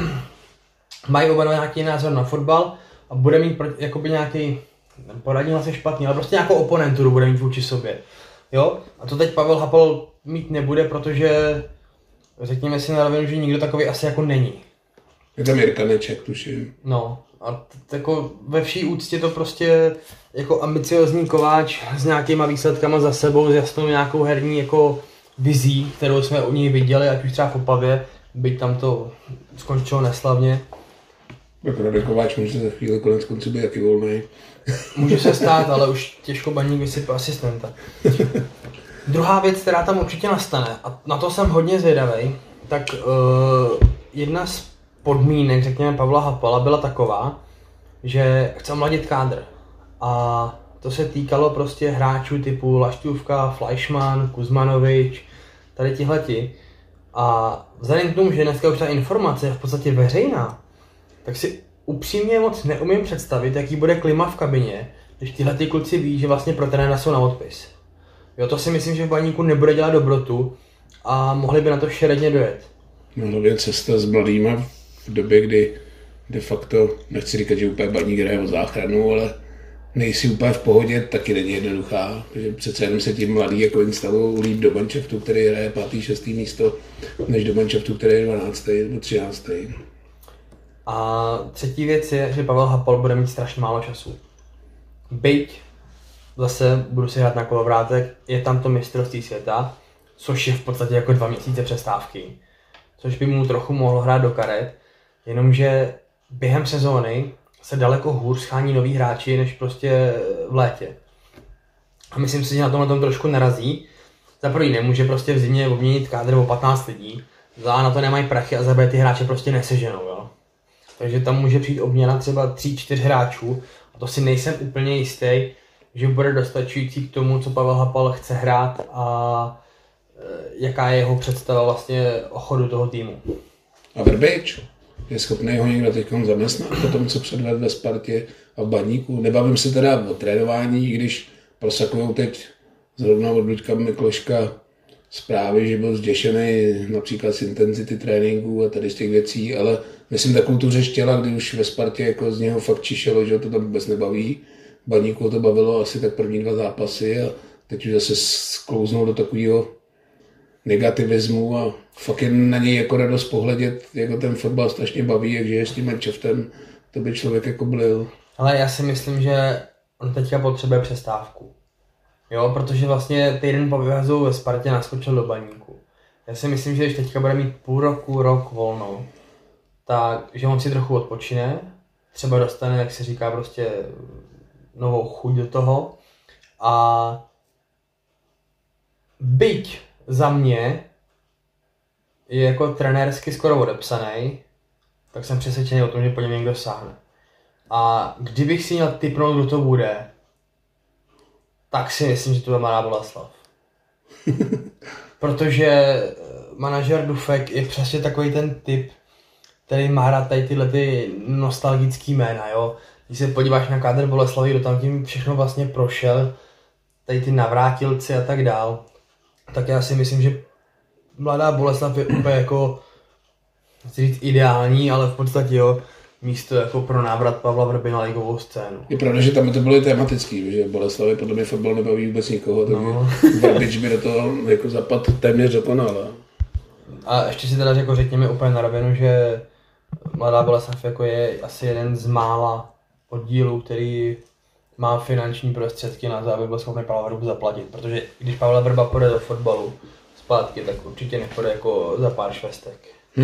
mají oba nějaký názor na fotbal a bude mít jakoby nějaký, poradní hlas je špatný, ale prostě nějakou oponenturu bude mít vůči sobě. Jo? A to teď Pavel Hapal mít nebude, protože řekněme si na rovinu, že nikdo takový asi jako není. Je tam Jirka Neček, tuším. No a jako ve vší úctě to prostě jako ambiciozní Kováč s nějakýma výsledkama za sebou, s jasnou nějakou herní jako vizí, kterou jsme u něj viděli, ať už třeba v Opavě, byť tam to skončilo neslavně. Jako Radek Kováč může za chvíli konec konců být taky volný. Může se stát, ale už těžko Baník vysype asistenta. Druhá věc, která tam určitě nastane, a na to jsem hodně zvědavej, tak jedna z podmínek, řekněme, Pavla Hapala byla taková, že chce mladit kádr. A to se týkalo prostě hráčů typu Laštůvka, Fleischmann, Kuzmanovič, tady tihleti. A vzhledem k tomu, že dneska už ta informace je v podstatě veřejná, tak si upřímně moc neumím představit, jaký bude klima v kabině, když tyhle kluci ví, že vlastně pro trenéra jsou na odpis. Jo, to si myslím, že v Baníku nebude dělat dobrotu a mohli by na to šeredně dojet. No hlavně cesta s mladýma v době, kdy de facto, nechci říkat, že úplně Baník hraje o záchranu, ale nejsi úplně v pohodě, taky není jednoduchá, protože přece jenom se tím mladý jako instalují líp do manšaftu, který hraje 5. 6. místo, než do manšaftu, který je 12. nebo 13. A třetí věc je, že Pavel Hapal bude mít strašně málo času. Byť, zase budu si hrát na kolovrátek, je tam to mistrovství světa, což je v podstatě jako 2 měsíce přestávky, což by mu trochu mohlo hrát do karet, jenomže během sezóny se daleko hůř schání noví hráči, než prostě v létě. A myslím si, že na tomhle tom trošku narazí. Za první nemůže prostě v zimě obměnit kádr o 15 lidí, za na to nemají prachy a za B ty hráče prostě neseženou, jo. Takže tam může přijít obměna třeba 3-4 hráčů a to si nejsem úplně jistý, že bude dostačující k tomu, co Pavel Hapal chce hrát a jaká je jeho představa vlastně o chodu toho týmu. A Vrbič je schopný ho někdo teď zaměstnat po tom, co předvedl ve Spartě a v Baníku. Nebavím se teda o trénování, i když prosakujou teď zrovna od Luďka Mikloška zprávy, že byl zděšený například z intenzity tréninku a tady z těch věcí, ale myslím takovou tu řeč těla, kdy už ve Spartě jako z něho fakt čišelo, že ho to tam vůbec nebaví. Baníku to bavilo asi tak první 2 zápasy a teď už zase sklouznou do takového negativismu a fakt je na něj jako radost pohledět, jako ten fotbal strašně baví, jak žije s tím Mancheftem, to by člověk jako blil. Ale já si myslím, že on teďka potřebuje přestávku. Jo, protože vlastně týden po vyhazu ve Spartě naskočil do baníku. Já si myslím, že když teďka bude mít půl roku, rok volno, tak že on si trochu odpočine, třeba dostane, jak se říká, prostě novou chuť do toho a byť za mě je jako trenérsky skoro odepsaný, tak jsem přesvědčený o tom, že po něm někdo sáhne. A kdybych si měl tipnout, kdo to bude, tak si myslím, že to je Mladá Boleslav. Protože manažer Dufek je přesně takový ten typ, který má rád tady tyhle ty nostalgický jména, jo. Když se podíváš na kádr Boleslavy, kdo tam tím všechno vlastně prošel, tady ty navrátilci a tak dál, tak já si myslím, že Mladá Boleslav je úplně jako, chci říct ideální, ale v podstatě jo, místo jako pro návrat Pavla Vrby na ligovou scénu. Je pravda, že tam to bylo tematický, že Boleslavy podle mě fotbal nebaví vůbec nikoho, takže Vrbič by do toho jako zapadl téměř dokonale. A ještě si teda jako řekněme úplně na rovinu, že Mladá Boleslav jako je asi jeden z mála oddílů, který má finanční prostředky na to, aby byl schopný Pavla Vrbu zaplatit, protože když Pavel Vrba půjde do fotbalu zpátky, tak určitě nepůjde jako za pár švestek.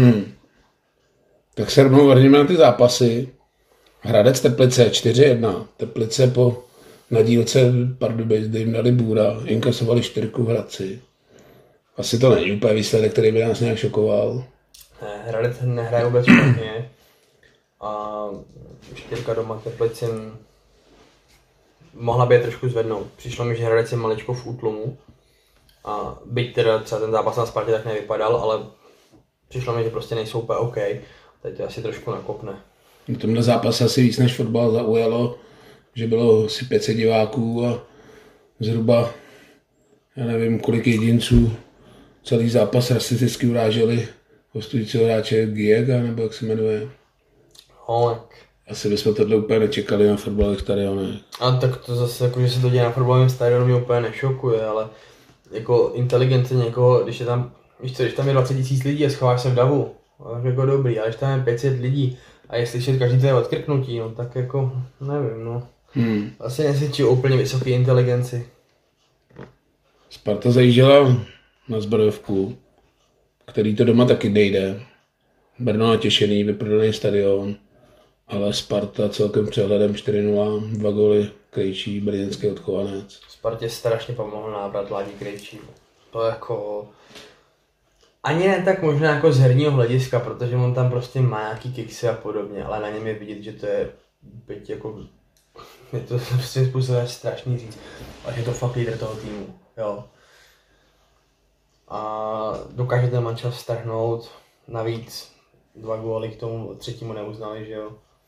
Tak se rovnou vrhneme na ty zápasy. Hradec Teplice 4-1. Teplice po nadílce Pardubic, kde jim dali bůra, inkasovali 4 v Hradci. Asi to není úplně výsledek, který by nás nějak šokoval. Ne, Hradec nehraje vůbec špatně. A 4 doma Teplicím mohla by je trošku zvednout. Přišlo mi, že Hradec je maličko v útlumu. A byť teda třeba ten zápas na Spartě tak nevypadal, ale přišlo mi, že prostě nejsou úplně OK. Teď to asi trošku nakopne. Na tomhle zápase asi víc než fotbal zaujalo, že bylo asi 500 diváků a zhruba, já nevím, kolik jedinců celý zápas rasisticky uráželi hostujícího hráče Giega, nebo jak se jmenuje. Tak. Asi bychom tohle úplně nečekali na fotbalových stadionech. A tak to zase, jako, že se to děje na fotbalovém stadionu, mě úplně nešokuje, ale jako inteligence někoho, když je tam, víš co, když tam je 20 000 lidí a schováš se v davu, tak jako dobrý, ale když tam je 500 lidí a je slyšet každý to je odkrknutí, no tak jako, nevím, no. Asi nesvědčí úplně vysoké inteligenci. Sparta zajížděla na Zbrojovku, který to doma taky nejde. Brno natěšený, vyprodaný stadion, ale Sparta celkem přehledem 4-0, 2 góly Krejčí, brněnský odchovanec. Spartě strašně pomohl návrat Ládi Krejčí. To jako ani ne tak možná jako z herního hlediska, protože on tam prostě má nějaký kiksy a podobně, ale na něm je vidět, že to je byť jako, je to svým způsobem strašný říct, ale je to fakt lídr toho týmu, jo. A dokáže ten mančel strhnout, navíc 2 góly k tomu třetímu neuznali, že jo.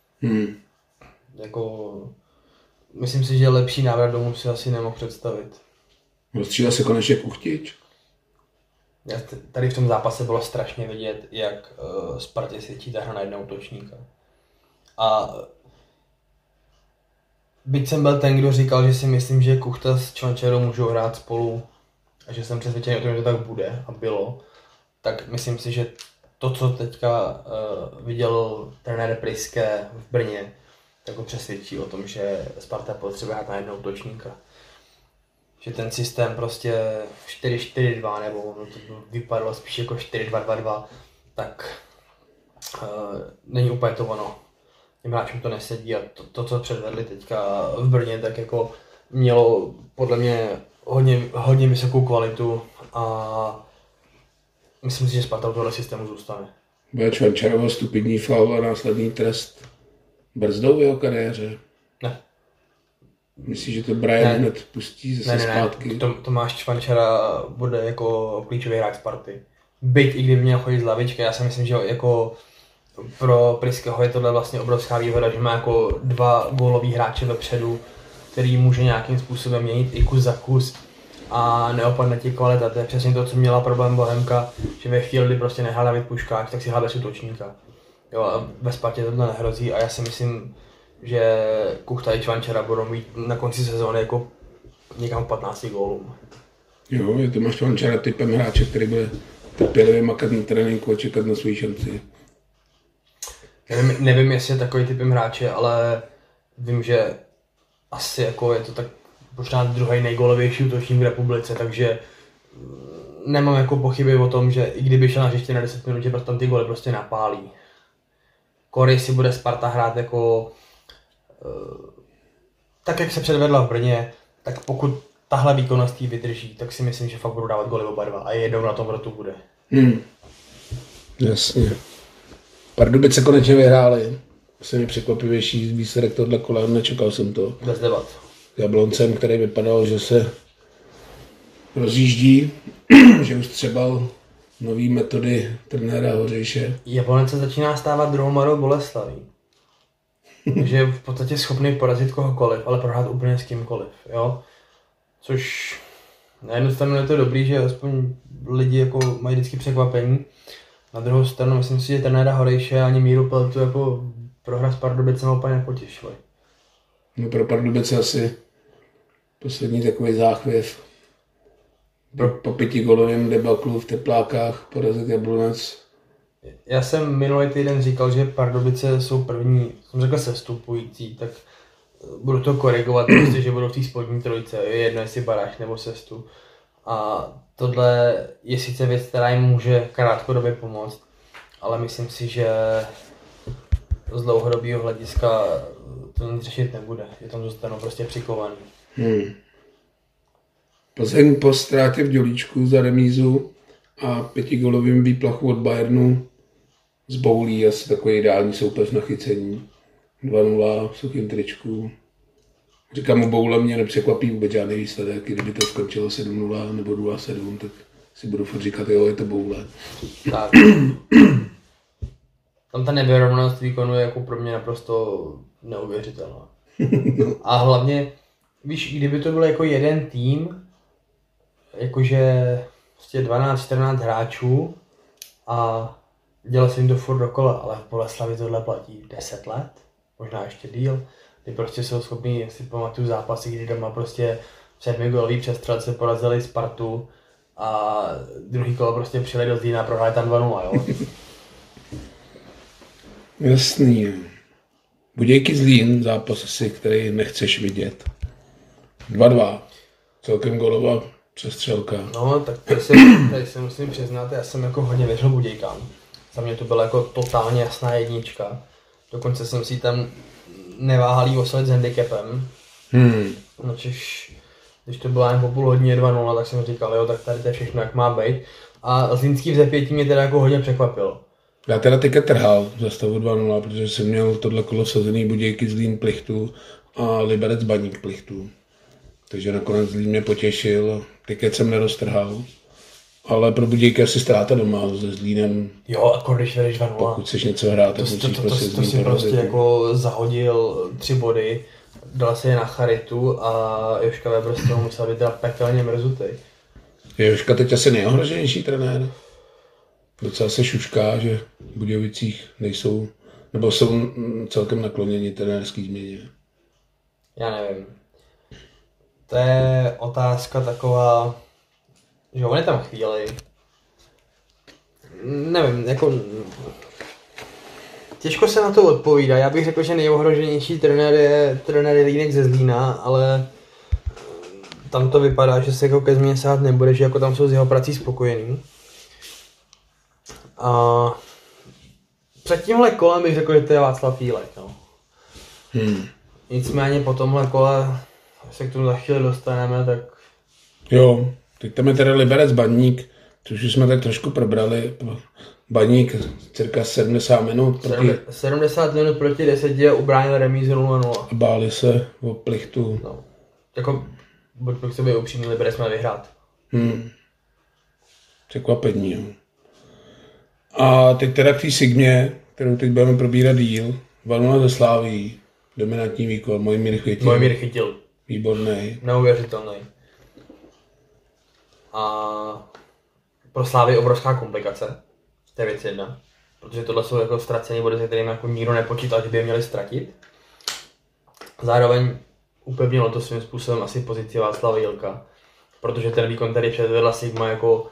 Jako, myslím si, že lepší návrat domů si asi nemohl představit. Rozstřílel se konečně Kuchtič. Tady v tom zápase bylo strašně vidět, jak Spartě svědčí ta hra na jednoho útočníka. A byť jsem byl ten, kdo říkal, že si myslím, že Kuchta s Čvančarou můžou hrát spolu a že jsem přesvědčený o tom, že to tak bude a bylo, tak myslím si, že to, co teďka viděl trenér Priske v Brně, tak ho přesvědčí o tom, že Sparta potřebuje hrát na jednoho útočníka. Že ten systém prostě 4-4-2 nebo ono to vypadalo spíš jako 4-2-2-2, tak není úplně to ono. Těm hráčům to nesedí a to, co předvedli teďka v Brně, tak jako mělo podle mě hodně vysokou kvalitu a myslím si, že Sparta u tohle systému zůstane. Bude Čvančarovo stupidní faul a následný trest brzdou v jeho kariéře? Ne. Myslíš, že to Brian hned pustí zase zpátky? Ne. Tomáš Čvančara bude jako klíčový hráč Sparty. Byť i kdyby měl chodit z lavičky, já si myslím, že jako pro Priskeho je tohle vlastně obrovská výhoda, že má jako 2 gólový hráče vepředu, který může nějakým způsobem měnit i kus za kus a neopadne ti kvalita. To je přesně to, co měla problém Bohemka, že ve chvíli, kdy prostě nehál David Puškáč, tak si hál bez útočníka. Jo, a ve Spartě tohle nehrozí a já si myslím, že Kuchta i Čvančara budou mít na konci sezóny jako někam 15 gólům. Jo, je to máš Vančara typem hráče, který bude trpělivě makat na tréninku a čekat na svou šanci. Nevím, jestli je takový typem hráče, ale vím, že asi jako je to tak možná druhý nejgólovější útočník v republice, takže nemám jako pochyby o tom, že i kdyby šel na hřiště na 10 minut, že tam ty góly prostě napálí. Kory si bude Sparta hrát jako tak, jak se předvedla v Brně, tak pokud tahle výkonnost jí vydrží, tak si myslím, že fakt budou dávat góly oba dva a jednou na tom rotu bude. Jasně. Pardubice konečně vyhráli. Asi mi překvapivější výsledek tohle kola, nečekal jsem to. Bez debat. Jabloncem, který vypadal, že se rozjíždí, že už třebal nový metody trenéra Hořejše. Jablonec se začíná stávat druhou Mladou Boleslaví. Takže je v podstatě schopný porazit kohokoliv, ale prohrát úplně s kýmkoliv, jo. Což na jednu stranu je to dobrý, že aspoň lidi jako mají vždycky překvapení. Na druhou stranu myslím si, že trenéra Horejše ani Míru Peltu jako prohra s Pardubicem úplně nepotěšili. No pro Pardubice asi poslední takový záchvěv. Po 5gólovém debaklu v Teplákách porazit Jablonec. Já jsem minulý týden říkal, že Pardubice jsou první, jsem řekl sestupující, tak budu to korigovat, prostě, že budou v té spodní trojice, je jedno jestli Baráž nebo Sestu. A tohle je sice věc, která jim může krátkodobě pomoct, ale myslím si, že z dlouhodobého hlediska to nic řešit nebude, je tam zůstanou prostě přikovaný. Plzeň po ztrátě v Dělíčku za remízu a 5gólovým výplachu od Bayernu zboulí asi takový ideální soupeř na chycení. 2-0 v suchým tričku. Říkám, u Boule mě nepřekvapí vůbec žádný výsledek, kdyby to skončilo 7-0 nebo 2-7, tak si budu furt říkat, jo, je to Boule. Tak. Tam ta nevyrovnanost výkonu je jako pro mě naprosto neuvěřitelná. A hlavně, víš, kdyby to byl jako jeden tým, jakože prostě 12-14 hráčů a dělal se jim to furt dokola, ale v Boleslavi tohle platí 10 let, možná ještě díl, kdy prostě jsou schopní, jak si pamatuju zápasy, kdy doma prostě 7gólový přestřelce porazili Spartu a druhý kolo prostě přijeli do Zlína a prohráli tam 2-0, jo. Jasný. Budějky Zlín, zápas asi, který nechceš vidět. 2-2. Celkem gólová přestřelka. No, tak tady si musím přiznat, já jsem jako hodně věřil Budějkám. Za mě to byla jako totálně jasná jednička. Dokonce jsem si tam neváhal jí oslovit s handicapem. Nočiž, když to bylo jen po půl hodině 2-0, tak jsem říkal, jo, tak tady to je všechno, jak má být. A Zlínský v zepětí mě teda jako hodně překvapilo. Já teda teďka trhal za stavu 2-0, protože jsem měl tohle kolo vsazený Budějky Zlín Plichtu a Liberec Baník Plichtu. Takže nakonec Zlín mě potěšil, tiket jsem neroztrhal. Ale pro Budějky asi ztráta doma se Zlínem. Jo, jako když vedeš 2-0. Pokud chceš něco hrát, tak musíš prostě to si prostě jako zahodil 3 body, dal si je na charitu a Jožka Weber z toho musel být teda pekelně mrzutej. Je Jožka teď asi nejohroženější trenér. Docela se šušká, že v Budějovicích nejsou, nebo jsou celkem nakloněni trenérský změně. Já nevím. To je otázka taková, že on je tam chvíli. Nevím, jako těžko se na to odpovídá. Já bych řekl, že nejohroženější trenér je trenér Jelínek ze Zlína, ale tam to vypadá, že se jako ke změně sahat nebude, že jako tam jsou s jeho prací spokojený. A před tímhle kolem bych řekl, že to je Václav Fílek, no. Nicméně po tomhle kole, se k tomu za chvíli dostaneme, tak... Jo, teď tam je teda Liberec Baník, což už jsme tak trošku probrali. Baník cirka 70 minut proti... 70 minut proti 10 a ubránil remízu 0-0. A báli se o Plichtu. No, jako, buďme k sobě upřímní, Liberec jsme vyhrát. Překvapení, jo. A teď teda k té Sigmě, kterou teď budeme probírat díl, 2-0 ze Sláví, dominantní výkon, Mojmír chytil. Výborný. Neuvěřitelný. A pro Slávy je obrovská komplikace, to je věc jedna, protože tohle jsou jako ztracený body, se kterými jako nikdo nepočítal, že by je měli ztratit. Zároveň upevnilo to svým způsobem asi pozici Václava Jílka. Protože ten výkon tady předvedla Sigma jako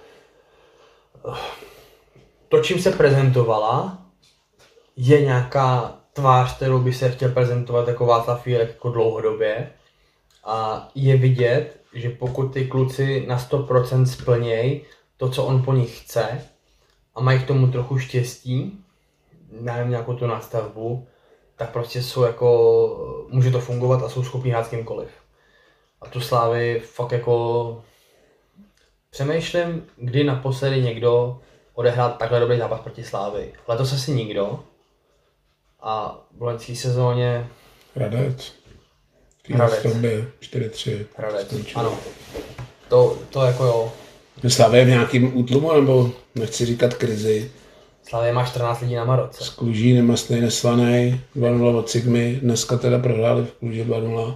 to, čím se prezentovala, je nějaká tvář, kterou by se chtěl prezentovat jako Václav Jílek jako dlouhodobě. A je vidět, že pokud ty kluci na 100% splnějí to, co on po nich chce a mají k tomu trochu štěstí, nevím, nějakou tu nastavbu, tak prostě jsou jako, může to fungovat a jsou schopni hrát s kýmkoliv. A tu Slávy fakt jako přemýšlím, kdy naposledy někdo odehrál takhle dobrý zápas proti Slávy. Letos asi nikdo. A v loňské sezóně Hradec. Hradec. 4-3. Hradec, skončil. ano. To jako jo. Slávě je v nějakým útlumu, nebo nechci říkat krizi. Slávě má 14 lidí na Maroce. Z Kluží, nemastnej, neslanej, 2-0 od Sigmy, dneska teda prohráli v Kluži 2-0.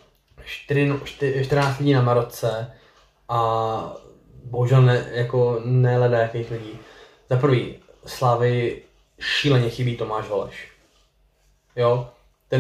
14 lidí na Maroce a bohužel ne leda jakých lidí. Za prvý, Slávy šíleně chybí Tomáš Holeš. Jo,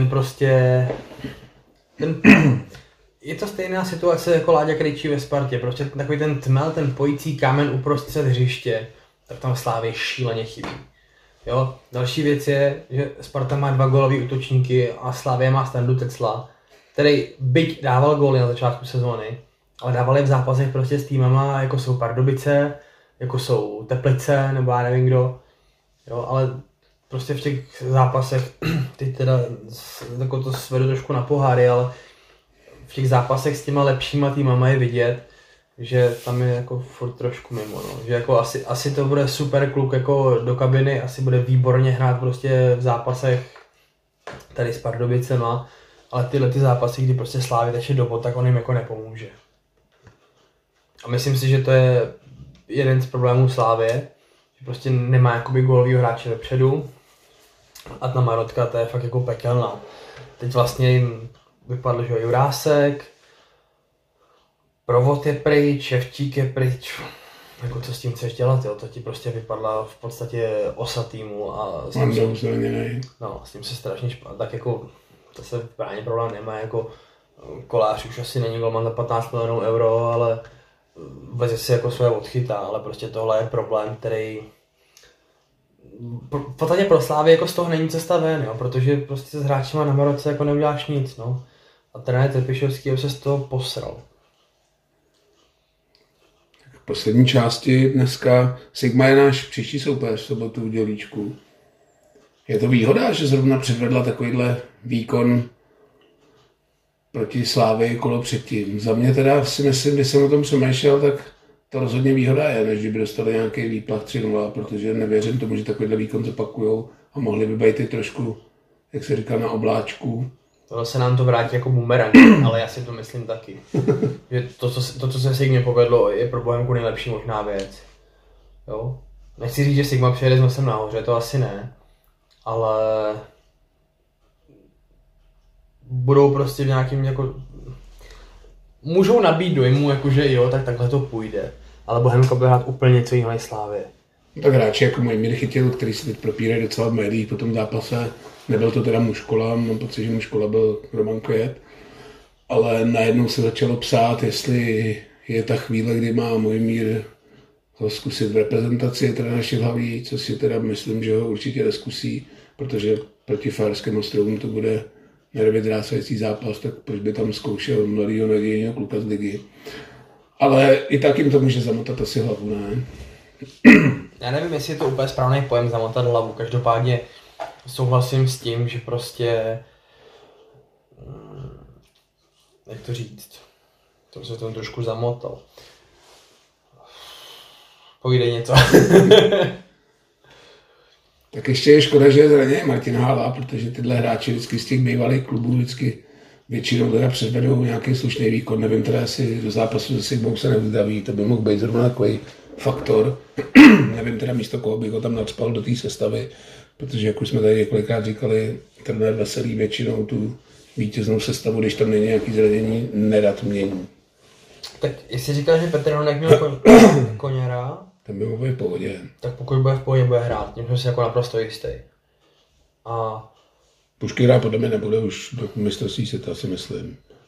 je to stejná situace jako Láďa Krejčí ve Spartě, prostě takový ten tmel, ten pojící kámen uprostřed hřiště, tak tam Slávě šíleně chybí. Jo, další věc je, že Sparta má 2 gólový útočníky a Slavia má Standu Tecla, který byť dával góly na začátku sezóny, ale dával je v zápasech prostě s týmama, jako jsou Pardubice, jako jsou Teplice, nebo já nevím kdo. Jo, ale prostě v těch zápasech, teď teda jako to svedu trošku na poháry, ale v těch zápasech s těma lepšíma týmama je vidět, že tam je jako furt trošku mimo, no. Že jako asi to bude super kluk jako do kabiny, asi bude výborně hrát prostě v zápasech tady s Pardubicema, ale tyhle ty zápasy, kdy prostě Slávy teče do bod, tak on jim jako nepomůže. A myslím si, že to je jeden z problémů Slávie, že prostě nemá jakoby gólovýho hráče vepředu a ta Marotka, to je fakt jako pekelná. Teď vlastně jim vypadl, že Jurásek, Provod je pryč, Ševčík je pryč. Jako co s tím chceš dělat, jo? To ti prostě vypadla v podstatě osa týmu a s tím se strašně špatně, tak jako to se v bráně problém nemá, jako Kolář už asi není golman za 15 milionů euro, ale veze si jako své odchytá, ale prostě tohle je problém, který v podstatě pro Slávy jako z toho není cesta ven, jo? Protože prostě s hráčima na Maroce jako neuděláš nic, no. A trenér Trpišovský se z toho posral. V poslední části dneska Sigma je náš příští soupeř v sobotu v Dělíčku. Je to výhoda, že zrovna předvedla takovýhle výkon proti Slávii kolo předtím. Za mě teda si myslím, když jsem o tom přemýšlel, tak to rozhodně výhoda je, než kdyby dostali nějaký výplach 3-0, protože nevěřím tomu, že takovýhle výkon zopakujou a mohli by být i trošku, jak se říká, na obláčku. Tohle se nám to vrátí jako bumerang, ale já si to myslím taky. Že to, co se Sigmě povedlo, je pro Bohemku nejlepší možná věc. Jo? Nechci říct, že Sigma přijede s nosem nahoře, to asi ne. Ale budou prostě v nějakým jako... Můžou nabít dojmu, jakože jo, tak takhle to půjde. Ale Bohemka bude hrát úplně něco jiného než Slávie. Tak hráči jako Mojmír Chytil, který se teď propírají docela v médiích po tom zápase. Nebyl to teda Muškola, mám pocit, že Muškola byl Roman Květ. Ale najednou se začalo psát, jestli je ta chvíle, kdy má Mojmír ho zkusit v reprezentaci, je teda naše hlaví, co si teda myslím, že ho určitě neskusí, protože proti Farskému ostrovům to bude nervy drásající zápas, tak proč by tam zkoušel mladýho nadějného kluka z ligy. Ale i tak jim to může zamotat asi hlavu, ne? Já nevím, jestli je to úplně správný pojem zamotat hlavu, každopádně souhlasím s tím, že prostě, jak to říct, to se tam trošku zamotal. Povídej něco. Tak ještě je škoda, že je zraněný Martin Hála, protože tyhle hráči vždycky z těch bývalých klubů vždycky většinou teda předvedou nějaký slušný výkon. Nevím teda, jestli do zápasu se Sigmou se neuzdaví, to by mohl být zrovna takový faktor. Nevím teda místo koho bych ho tam nadspal do té sestavy, protože jak už jsme tady několikrát říkali, trenér Veselý většinou tu vítěznou sestavu, když tam není nějaký zranění, nerad mění. Tak jestli říkáš, že Petr Honek měl Koněra, ten by mohl být v pohodě. Tak pokud bude v pohodě, bude hrát, tím jsem si jako naprosto jistý. A Puškyra podle mě nebude už do mistrovství světa, si myslím.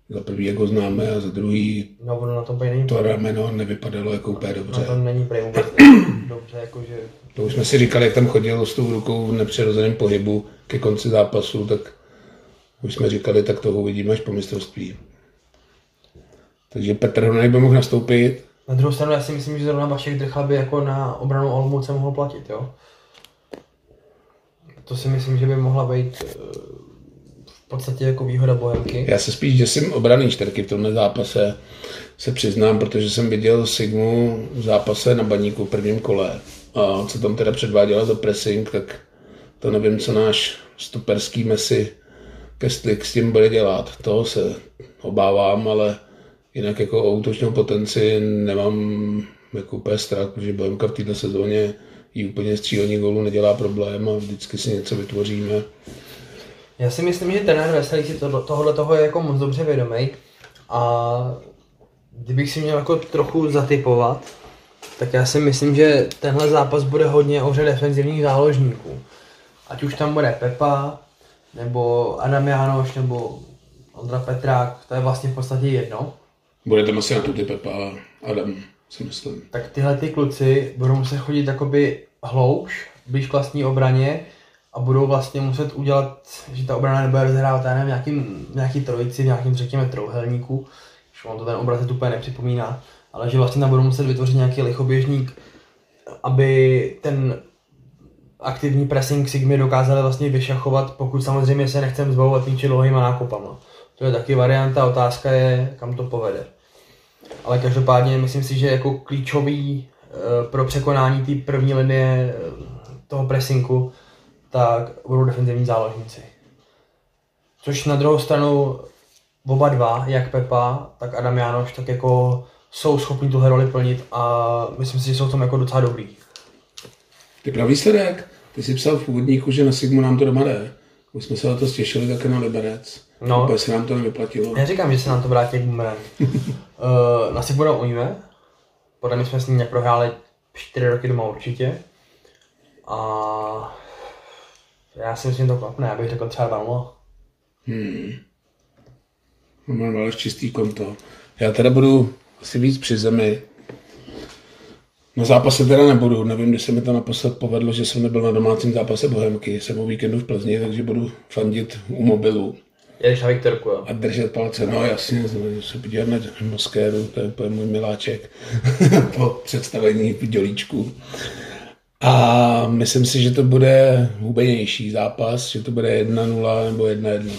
Za prvý, jak ho známe, a za druhý No, ono na tom není to rameno nevypadalo jako úplně dobře. Na tom není prej vůbec dobře, jakože... To už jsme si říkali, jak tam chodil s tou rukou v nepřirozeném pohybu ke konci zápasu, tak už jsme říkali, tak toho uvidíme až po mistrovství. Takže Petr Hronek by mohl nastoupit. Na druhou stranu já si myslím, že zrovna Vašek Drchal by jako na obranu Olomouce mohl platit, jo. To si myslím, že by mohla být v podstatě jako výhoda Bohemky. Já se spíš děsím obrany čtvrky v tomhle zápase, se přiznám, protože jsem viděl Sigmu v zápase na Baníku v prvním kole. A co tam teda předváděla za pressing, tak to nevím, co náš stoperský Messi Kestlik s tím bude dělat. Toho se obávám, ale jinak jako o útočnou potenci nemám jako úplně strach, protože Bohemka v této sezóně jí úplně střílení gólů nedělá problém a vždycky si něco vytvoříme. Já si myslím, že trenér Veselý si tohle toho je jako moc dobře vědomý a kdybych si měl jako trochu zatipovat, tak já si myslím, že tenhle zápas bude hodně o hře defenzivních záložníků. Ať už tam bude Pepa, nebo Adam Jánoš, nebo Ondra Petrák, to je vlastně v podstatě jedno. Bude tam asi na to ty Pepa a Adam, si myslím. Tak tyhle ty kluci budou muset chodit jakoby hlouš, blíž k vlastní obraně a budou vlastně muset udělat, že ta obrana nebude rozhrávat, já nevím, nějaký trojici, v nějakým řekněme trouhelníku, že on to ten obraz úplně nepřipomíná, ale že vlastně tam budou muset vytvořit nějaký lichoběžník, aby ten aktivní pressing Sigmy dokázali vlastně vyšachovat, pokud samozřejmě se nechceme zbavovat míče dlouhýma nákupama. To je taky varianta, otázka je, kam to povede. Ale každopádně myslím si, že jako klíčový pro překonání té první linie toho pressingu, tak budou defenzivní záložníci. Což na druhou stranu oba dva, jak Pepa, tak Adam Jánoš, tak jako jsou schopni tuhle roli plnit a myslím si, že jsou v tom jako docela dobrý. Ty pravý výsledek, ty jsi psal v úvodníku, že na Sigmu nám to doma jde. Už jsme se na to stěšili také na Liberec. No. Úplně se nám to nevyplatilo. Já říkám, že se nám to vrátí jak bumerang. Na Sigmu nám umíme. Podle mě jsme s ním nějak prohráli 4 roky doma určitě. A já si myslím, že to klapne, já bych řekl třeba 2-0. Mám ale čistý konto. Já teda budu asi víc při zemi. Na zápase teda nebudu, nevím, kdy se mi to naposled povedlo, že jsem nebyl na domácím zápase Bohemky, jsem o víkendu v Plzni, takže budu fandit u mobilu. Jedeš na Viktorku, jo? A držet palce, no jasně, se podívat na Moskéru, to je úplně můj miláček po představení v dělíčku. A myslím si, že to bude hubenější zápas, že to bude 1-0 nebo 1-1.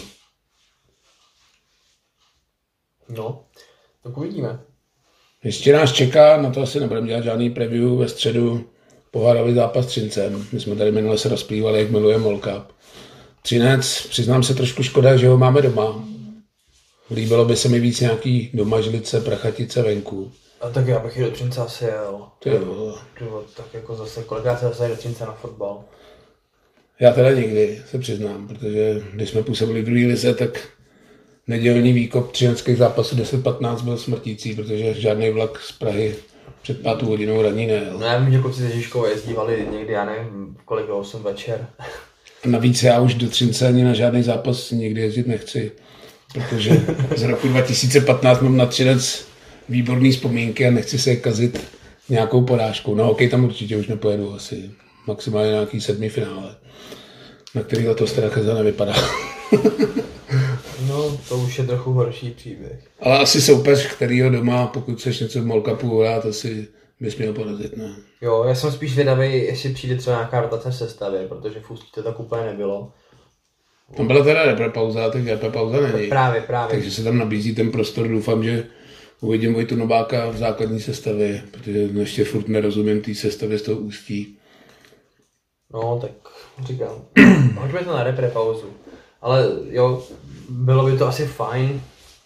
No, tak uvidíme. Ještě nás čeká, na to asi nebudeme dělat žádný preview, ve středu pohárový zápas s Třincem. My jsme tady minule se rozplývali, jak miluje MOL Cup. Třinec, přiznám se trošku škoda, že ho máme doma. Líbilo by se mi víc nějaký domažlice, prachatice venku. A tak já bych i do Třince asi jel. Tak jako zase, kolikrát se zase do Třince na fotbal? Já teda nikdy, se přiznám, protože když jsme působili v druhé lize, tak nedělní výkop třineckých zápasů 10-15 byl smrtící, protože žádný vlak z Prahy před 5 hodinou raní nejel. No já vím, že kluci ze Žižkova jezdívali někdy, já nevím, kolik 8 večer. A navíc já už do Třince ani na žádný zápas nikdy jezdit nechci, protože z roku 2015 mám na Třinec výborný vzpomínky a nechci se je kazit nějakou porážkou. Na hokej tam určitě už nepojedu asi, maximálně nějaký 7. finále, na který letos teda Cheza nevypadá. No, to už je trochu horší příběh. Ale asi soupeř, kterýho doma, pokud chceš něco v MOL Cupu hrát, asi bys měl porazit, ne? Jo, já jsem spíš vědavý, jestli přijde třeba nějaká rotace v sestavě, protože v Ústí to tak úplně nebylo. Tam byla teda repre-pauza, tak repre-pauza není. Právě. Takže se tam nabízí ten prostor, doufám, že uvidím Vojtu Nováka v základní sestavě, protože ještě furt nerozumím té sestavě z toho Ústí. No, tak říkám, hoďme to na repre-pauzu. Ale jo, bylo by to asi fajn.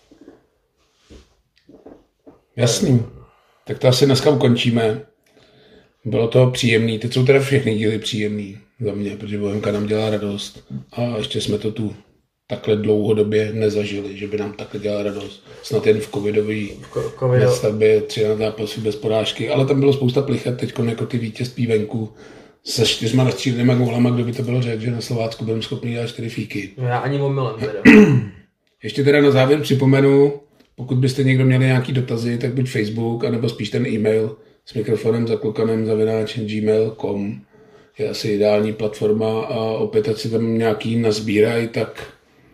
Jasný. Tak to asi dneska ukončíme. Bylo to příjemný. Teď jsou teda všechny díly příjemný za mě, protože Bohemka nám dělá radost. A ještě jsme to tu takhle dlouhodobě nezažili, že by nám takhle dělala radost. Snad jen v covidové nestavbě 13 zápasů bez porážky. Ale tam bylo spousta plichet, teď jako ty vítězství venku. Se 4 nastřílenýma gólama, kdo by to bylo řekl, že na Slovácku budeme schopni dělat 4 fíky. No já ani omylem teda. Ještě teda na závěr připomenu, pokud byste někdo měli nějaký dotazy, tak buď Facebook, anebo spíš ten e-mail s mikrofonem zaklukanem@gmail.com je asi ideální platforma a opět, ať si tam nějaký nazbírají, tak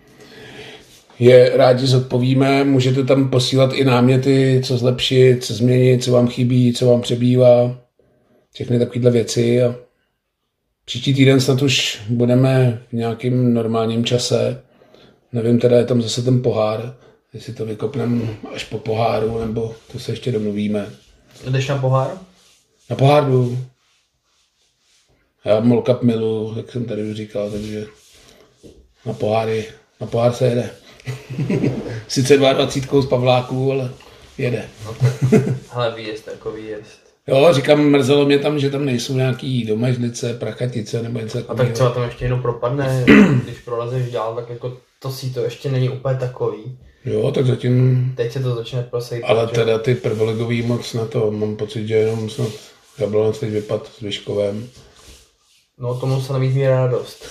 je rádi zodpovíme. Můžete tam posílat i náměty, co zlepšit, co změnit, co vám chybí, co vám přebývá. Všechny takovéhle věci. A příští týden snad už budeme v nějakém normálním čase. Nevím, teda je tam zase ten pohár, jestli to vykopneme až po poháru, nebo to se ještě domluvíme. Jdeš na pohár? Na pohár jdu. Já Mall Cup milu, jak jsem tady už říkal, takže na pohár se jede. Sice 22 z Pavláků, ale jede. No, ale výjezd jako výjezd. Jo, říkám, mrzelo mě tam, že tam nejsou nějaký domažlice, prachatice nebo něco takového. A tak třeba tam ještě jenom propadne, když prolezeš dál, tak jako to síto ještě není úplně takový. Jo, tak zatím... Teď se to začne prosejt. Ale teda ty prvoligový moc na to, mám pocit, že jenom snad Jablonec teď vypad s Vyškovem. No, to musel mít mít radost.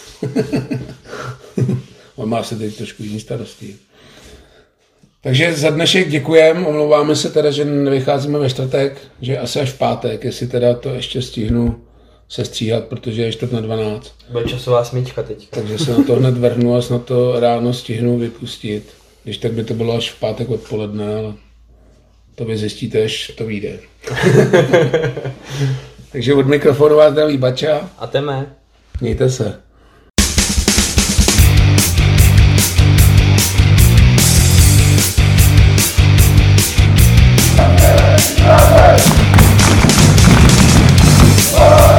On má se teď trošku jiný starostí. Takže za dnešek děkujem, omlouváme se teda, že nevycházíme ve čtvrtek, že asi až v pátek, jestli teda to ještě stihnu sestříhat, protože je 11:45. Bude časová smyčka teď. Takže se na to hned vrhnu a snad to ráno stihnu vypustit. Když tak by to bylo až v pátek odpoledne, ale to vy zjistíte, až to vyjde. Takže od mikrofonu vás zdraví Bača. A Teme. Mějte se. Oh!